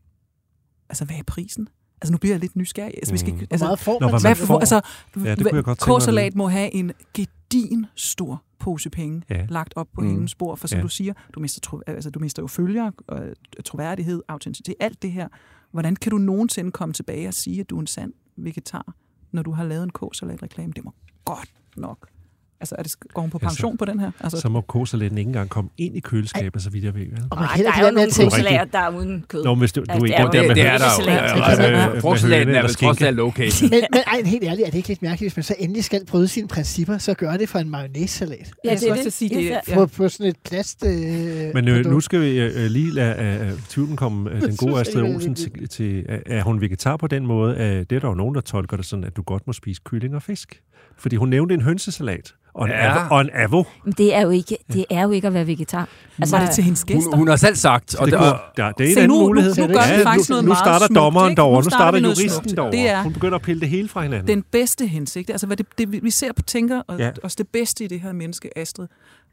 S4: Altså, hvad er prisen? Altså, nu bliver jeg lidt nysgerrig. Altså, vi skal,
S2: hvor meget får man?
S4: Altså, kåsalat må have en gedigen stor pose penge lagt op på hendes bord, for som du siger, du mister jo følgere, troværdighed, autenticitet, alt det her. Hvordan kan du nogensinde komme tilbage og sige, at du er en sand vegetar, når du har lavet en kåsalatreklame? Det må godt nok. Altså, går hun på pension på den her? Altså,
S3: så må kåsalaten ikke engang komme ind i køleskabet, så vidt jeg ved.
S5: Der er jo nogle kåsalater, der er uden kød.
S3: Nå, hvis du ikke
S1: det er der jo. Kåsalaten er vel trods alt okay.
S2: Men helt ærligt, er det ikke lidt mærkeligt, hvis man så endelig skal bryde sine principper, så gør det for en mayonnaise-salat?
S5: Ja, det er det.
S2: Sige på sådan et plast...
S3: Men nu skal vi lige lade tvivlen komme den gode Astrid Olsen til... Er hun vegetar på den måde? Det er der jo nogen, der tolker det sådan, at du godt må spise kylling og fisk. Fordi hun nævnte en hønsesalat. Og en avo.
S5: Det er jo ikke at være vegetar.
S4: Altså, var det til hendes gæster?
S1: Hun har selv sagt.
S3: Og det er en anden mulighed.
S4: Nu gør vi faktisk noget meget
S3: starter
S4: smukt,
S3: dommeren derovre. Nu starter juristen
S4: smukt.
S3: derovre. Hun begynder at pille det hele fra hinanden.
S4: Den bedste hensigt. Altså, hvad det vi ser på tænker, og også det bedste i det her menneske, Astrid.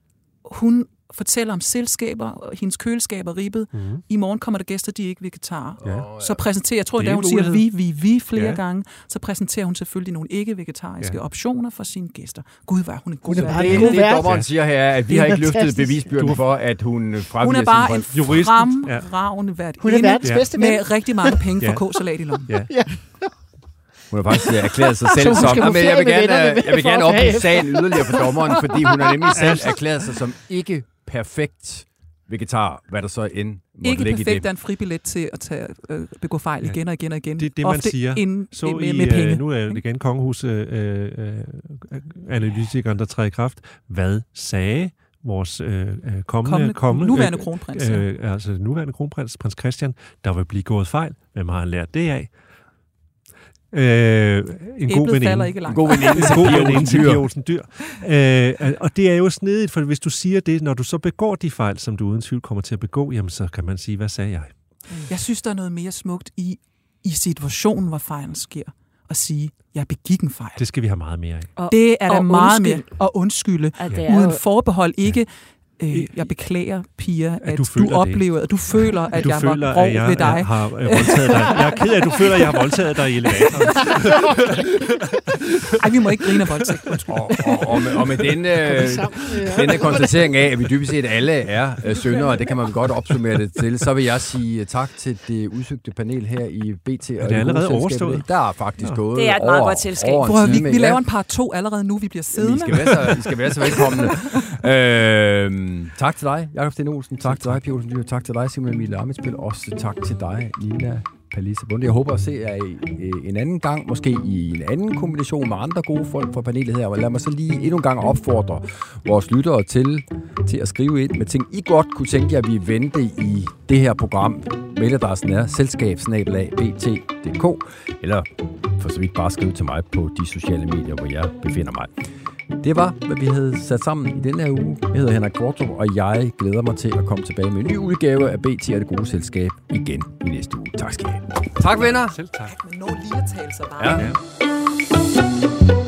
S4: Hun fortæller om selskaber, og hendes køleskab er ribbet. I morgen kommer der gæster, de er ikke vegetarer. Så præsenterer, jeg tror, at hun siger vi flere gange, så præsenterer hun selvfølgelig nogle ikke-vegetariske optioner for sine gæster. Gud, hvor hun er god.
S1: Det dommeren siger her, at vi har ikke løftet bevisbyrden for, at hun fraviger.
S4: Hun er bare en fremragende værdig.
S2: Hun er verdens bedste
S4: med rigtig mange penge for kåsalat i lommen.
S1: Hun har faktisk erklæret sig selv som... Men jeg vil gerne oplyse sagen yderligere for dommeren, fordi hun har nemlig selv erklæret sig som ikke perfekt vegetar, hvad der så end måtte
S4: ikke
S1: ligge i det.
S4: Ikke perfekt er en fribillet til at begå fejl igen og igen og igen.
S3: Det er det, man siger.
S4: Med penge.
S3: Nu er det igen kongehus analytikeren, der træder i kraft. Hvad sagde vores
S4: nuværende kronprins?
S3: Altså nuværende kronprins, prins Christian, der vil blive gået fejl. Hvem har han lært det af? En god veninde til Pia Olsen Dyhr. Og det er jo snedigt, for hvis du siger det, når du så begår de fejl, som du uden tvivl kommer til at begå, jamen så kan man sige, hvad sagde jeg?
S4: Jeg synes, der er noget mere smukt i situationen, hvor fejlen sker, at sige, jeg begik en fejl.
S3: Det skal vi have meget mere af.
S4: Det er der meget mere. Og undskylde. Uden forbehold ikke... Jeg beklager, Pia, at du oplever, at du føler, at jeg var grov ved dig.
S3: Jeg er ked af, at du føler, at jeg har voldtaget dig i elevatoren.
S4: Ej, vi må ikke grine af voldtægt.
S1: Og med denne konstatering af, at vi dybest set alle er syndere, det kan man godt opsummere det til, så vil jeg sige tak til det udsøgte panel her i BT.
S3: Er det allerede overstået?
S1: Der er faktisk gået
S5: det er et meget godt selskab.
S4: Vi laver en part 2 allerede nu, vi bliver siddende.
S1: I skal være så velkomne. Tak til dig, Jakob Sten Olsen. Tak til dig, Pia Olsen Dyhr. Tak til dig, Simon Emil Ammitzbøll. Også tak til dig, Nina Palisse Bunde. Jeg håber at se jer en anden gang, måske i en anden kombination med andre gode folk fra panelet her. Og lad mig så lige endnu en gang opfordre vores lyttere til at skrive ind med ting, I godt kunne tænke jer, at vi vente i det her program. Mailadressen er selskab@bt.dk eller for så vidt bare skrive til mig på de sociale medier, hvor jeg befinder mig. Det var, hvad vi havde sat sammen i denne her uge. Jeg hedder Henrik Qvortrup, og jeg glæder mig til at komme tilbage med en ny udgave af BT og det gode selskab igen i næste uge. Tak skal I have. Tak, venner.
S3: Selv tak.
S4: Men når lige at tale sig bare.
S1: Ja.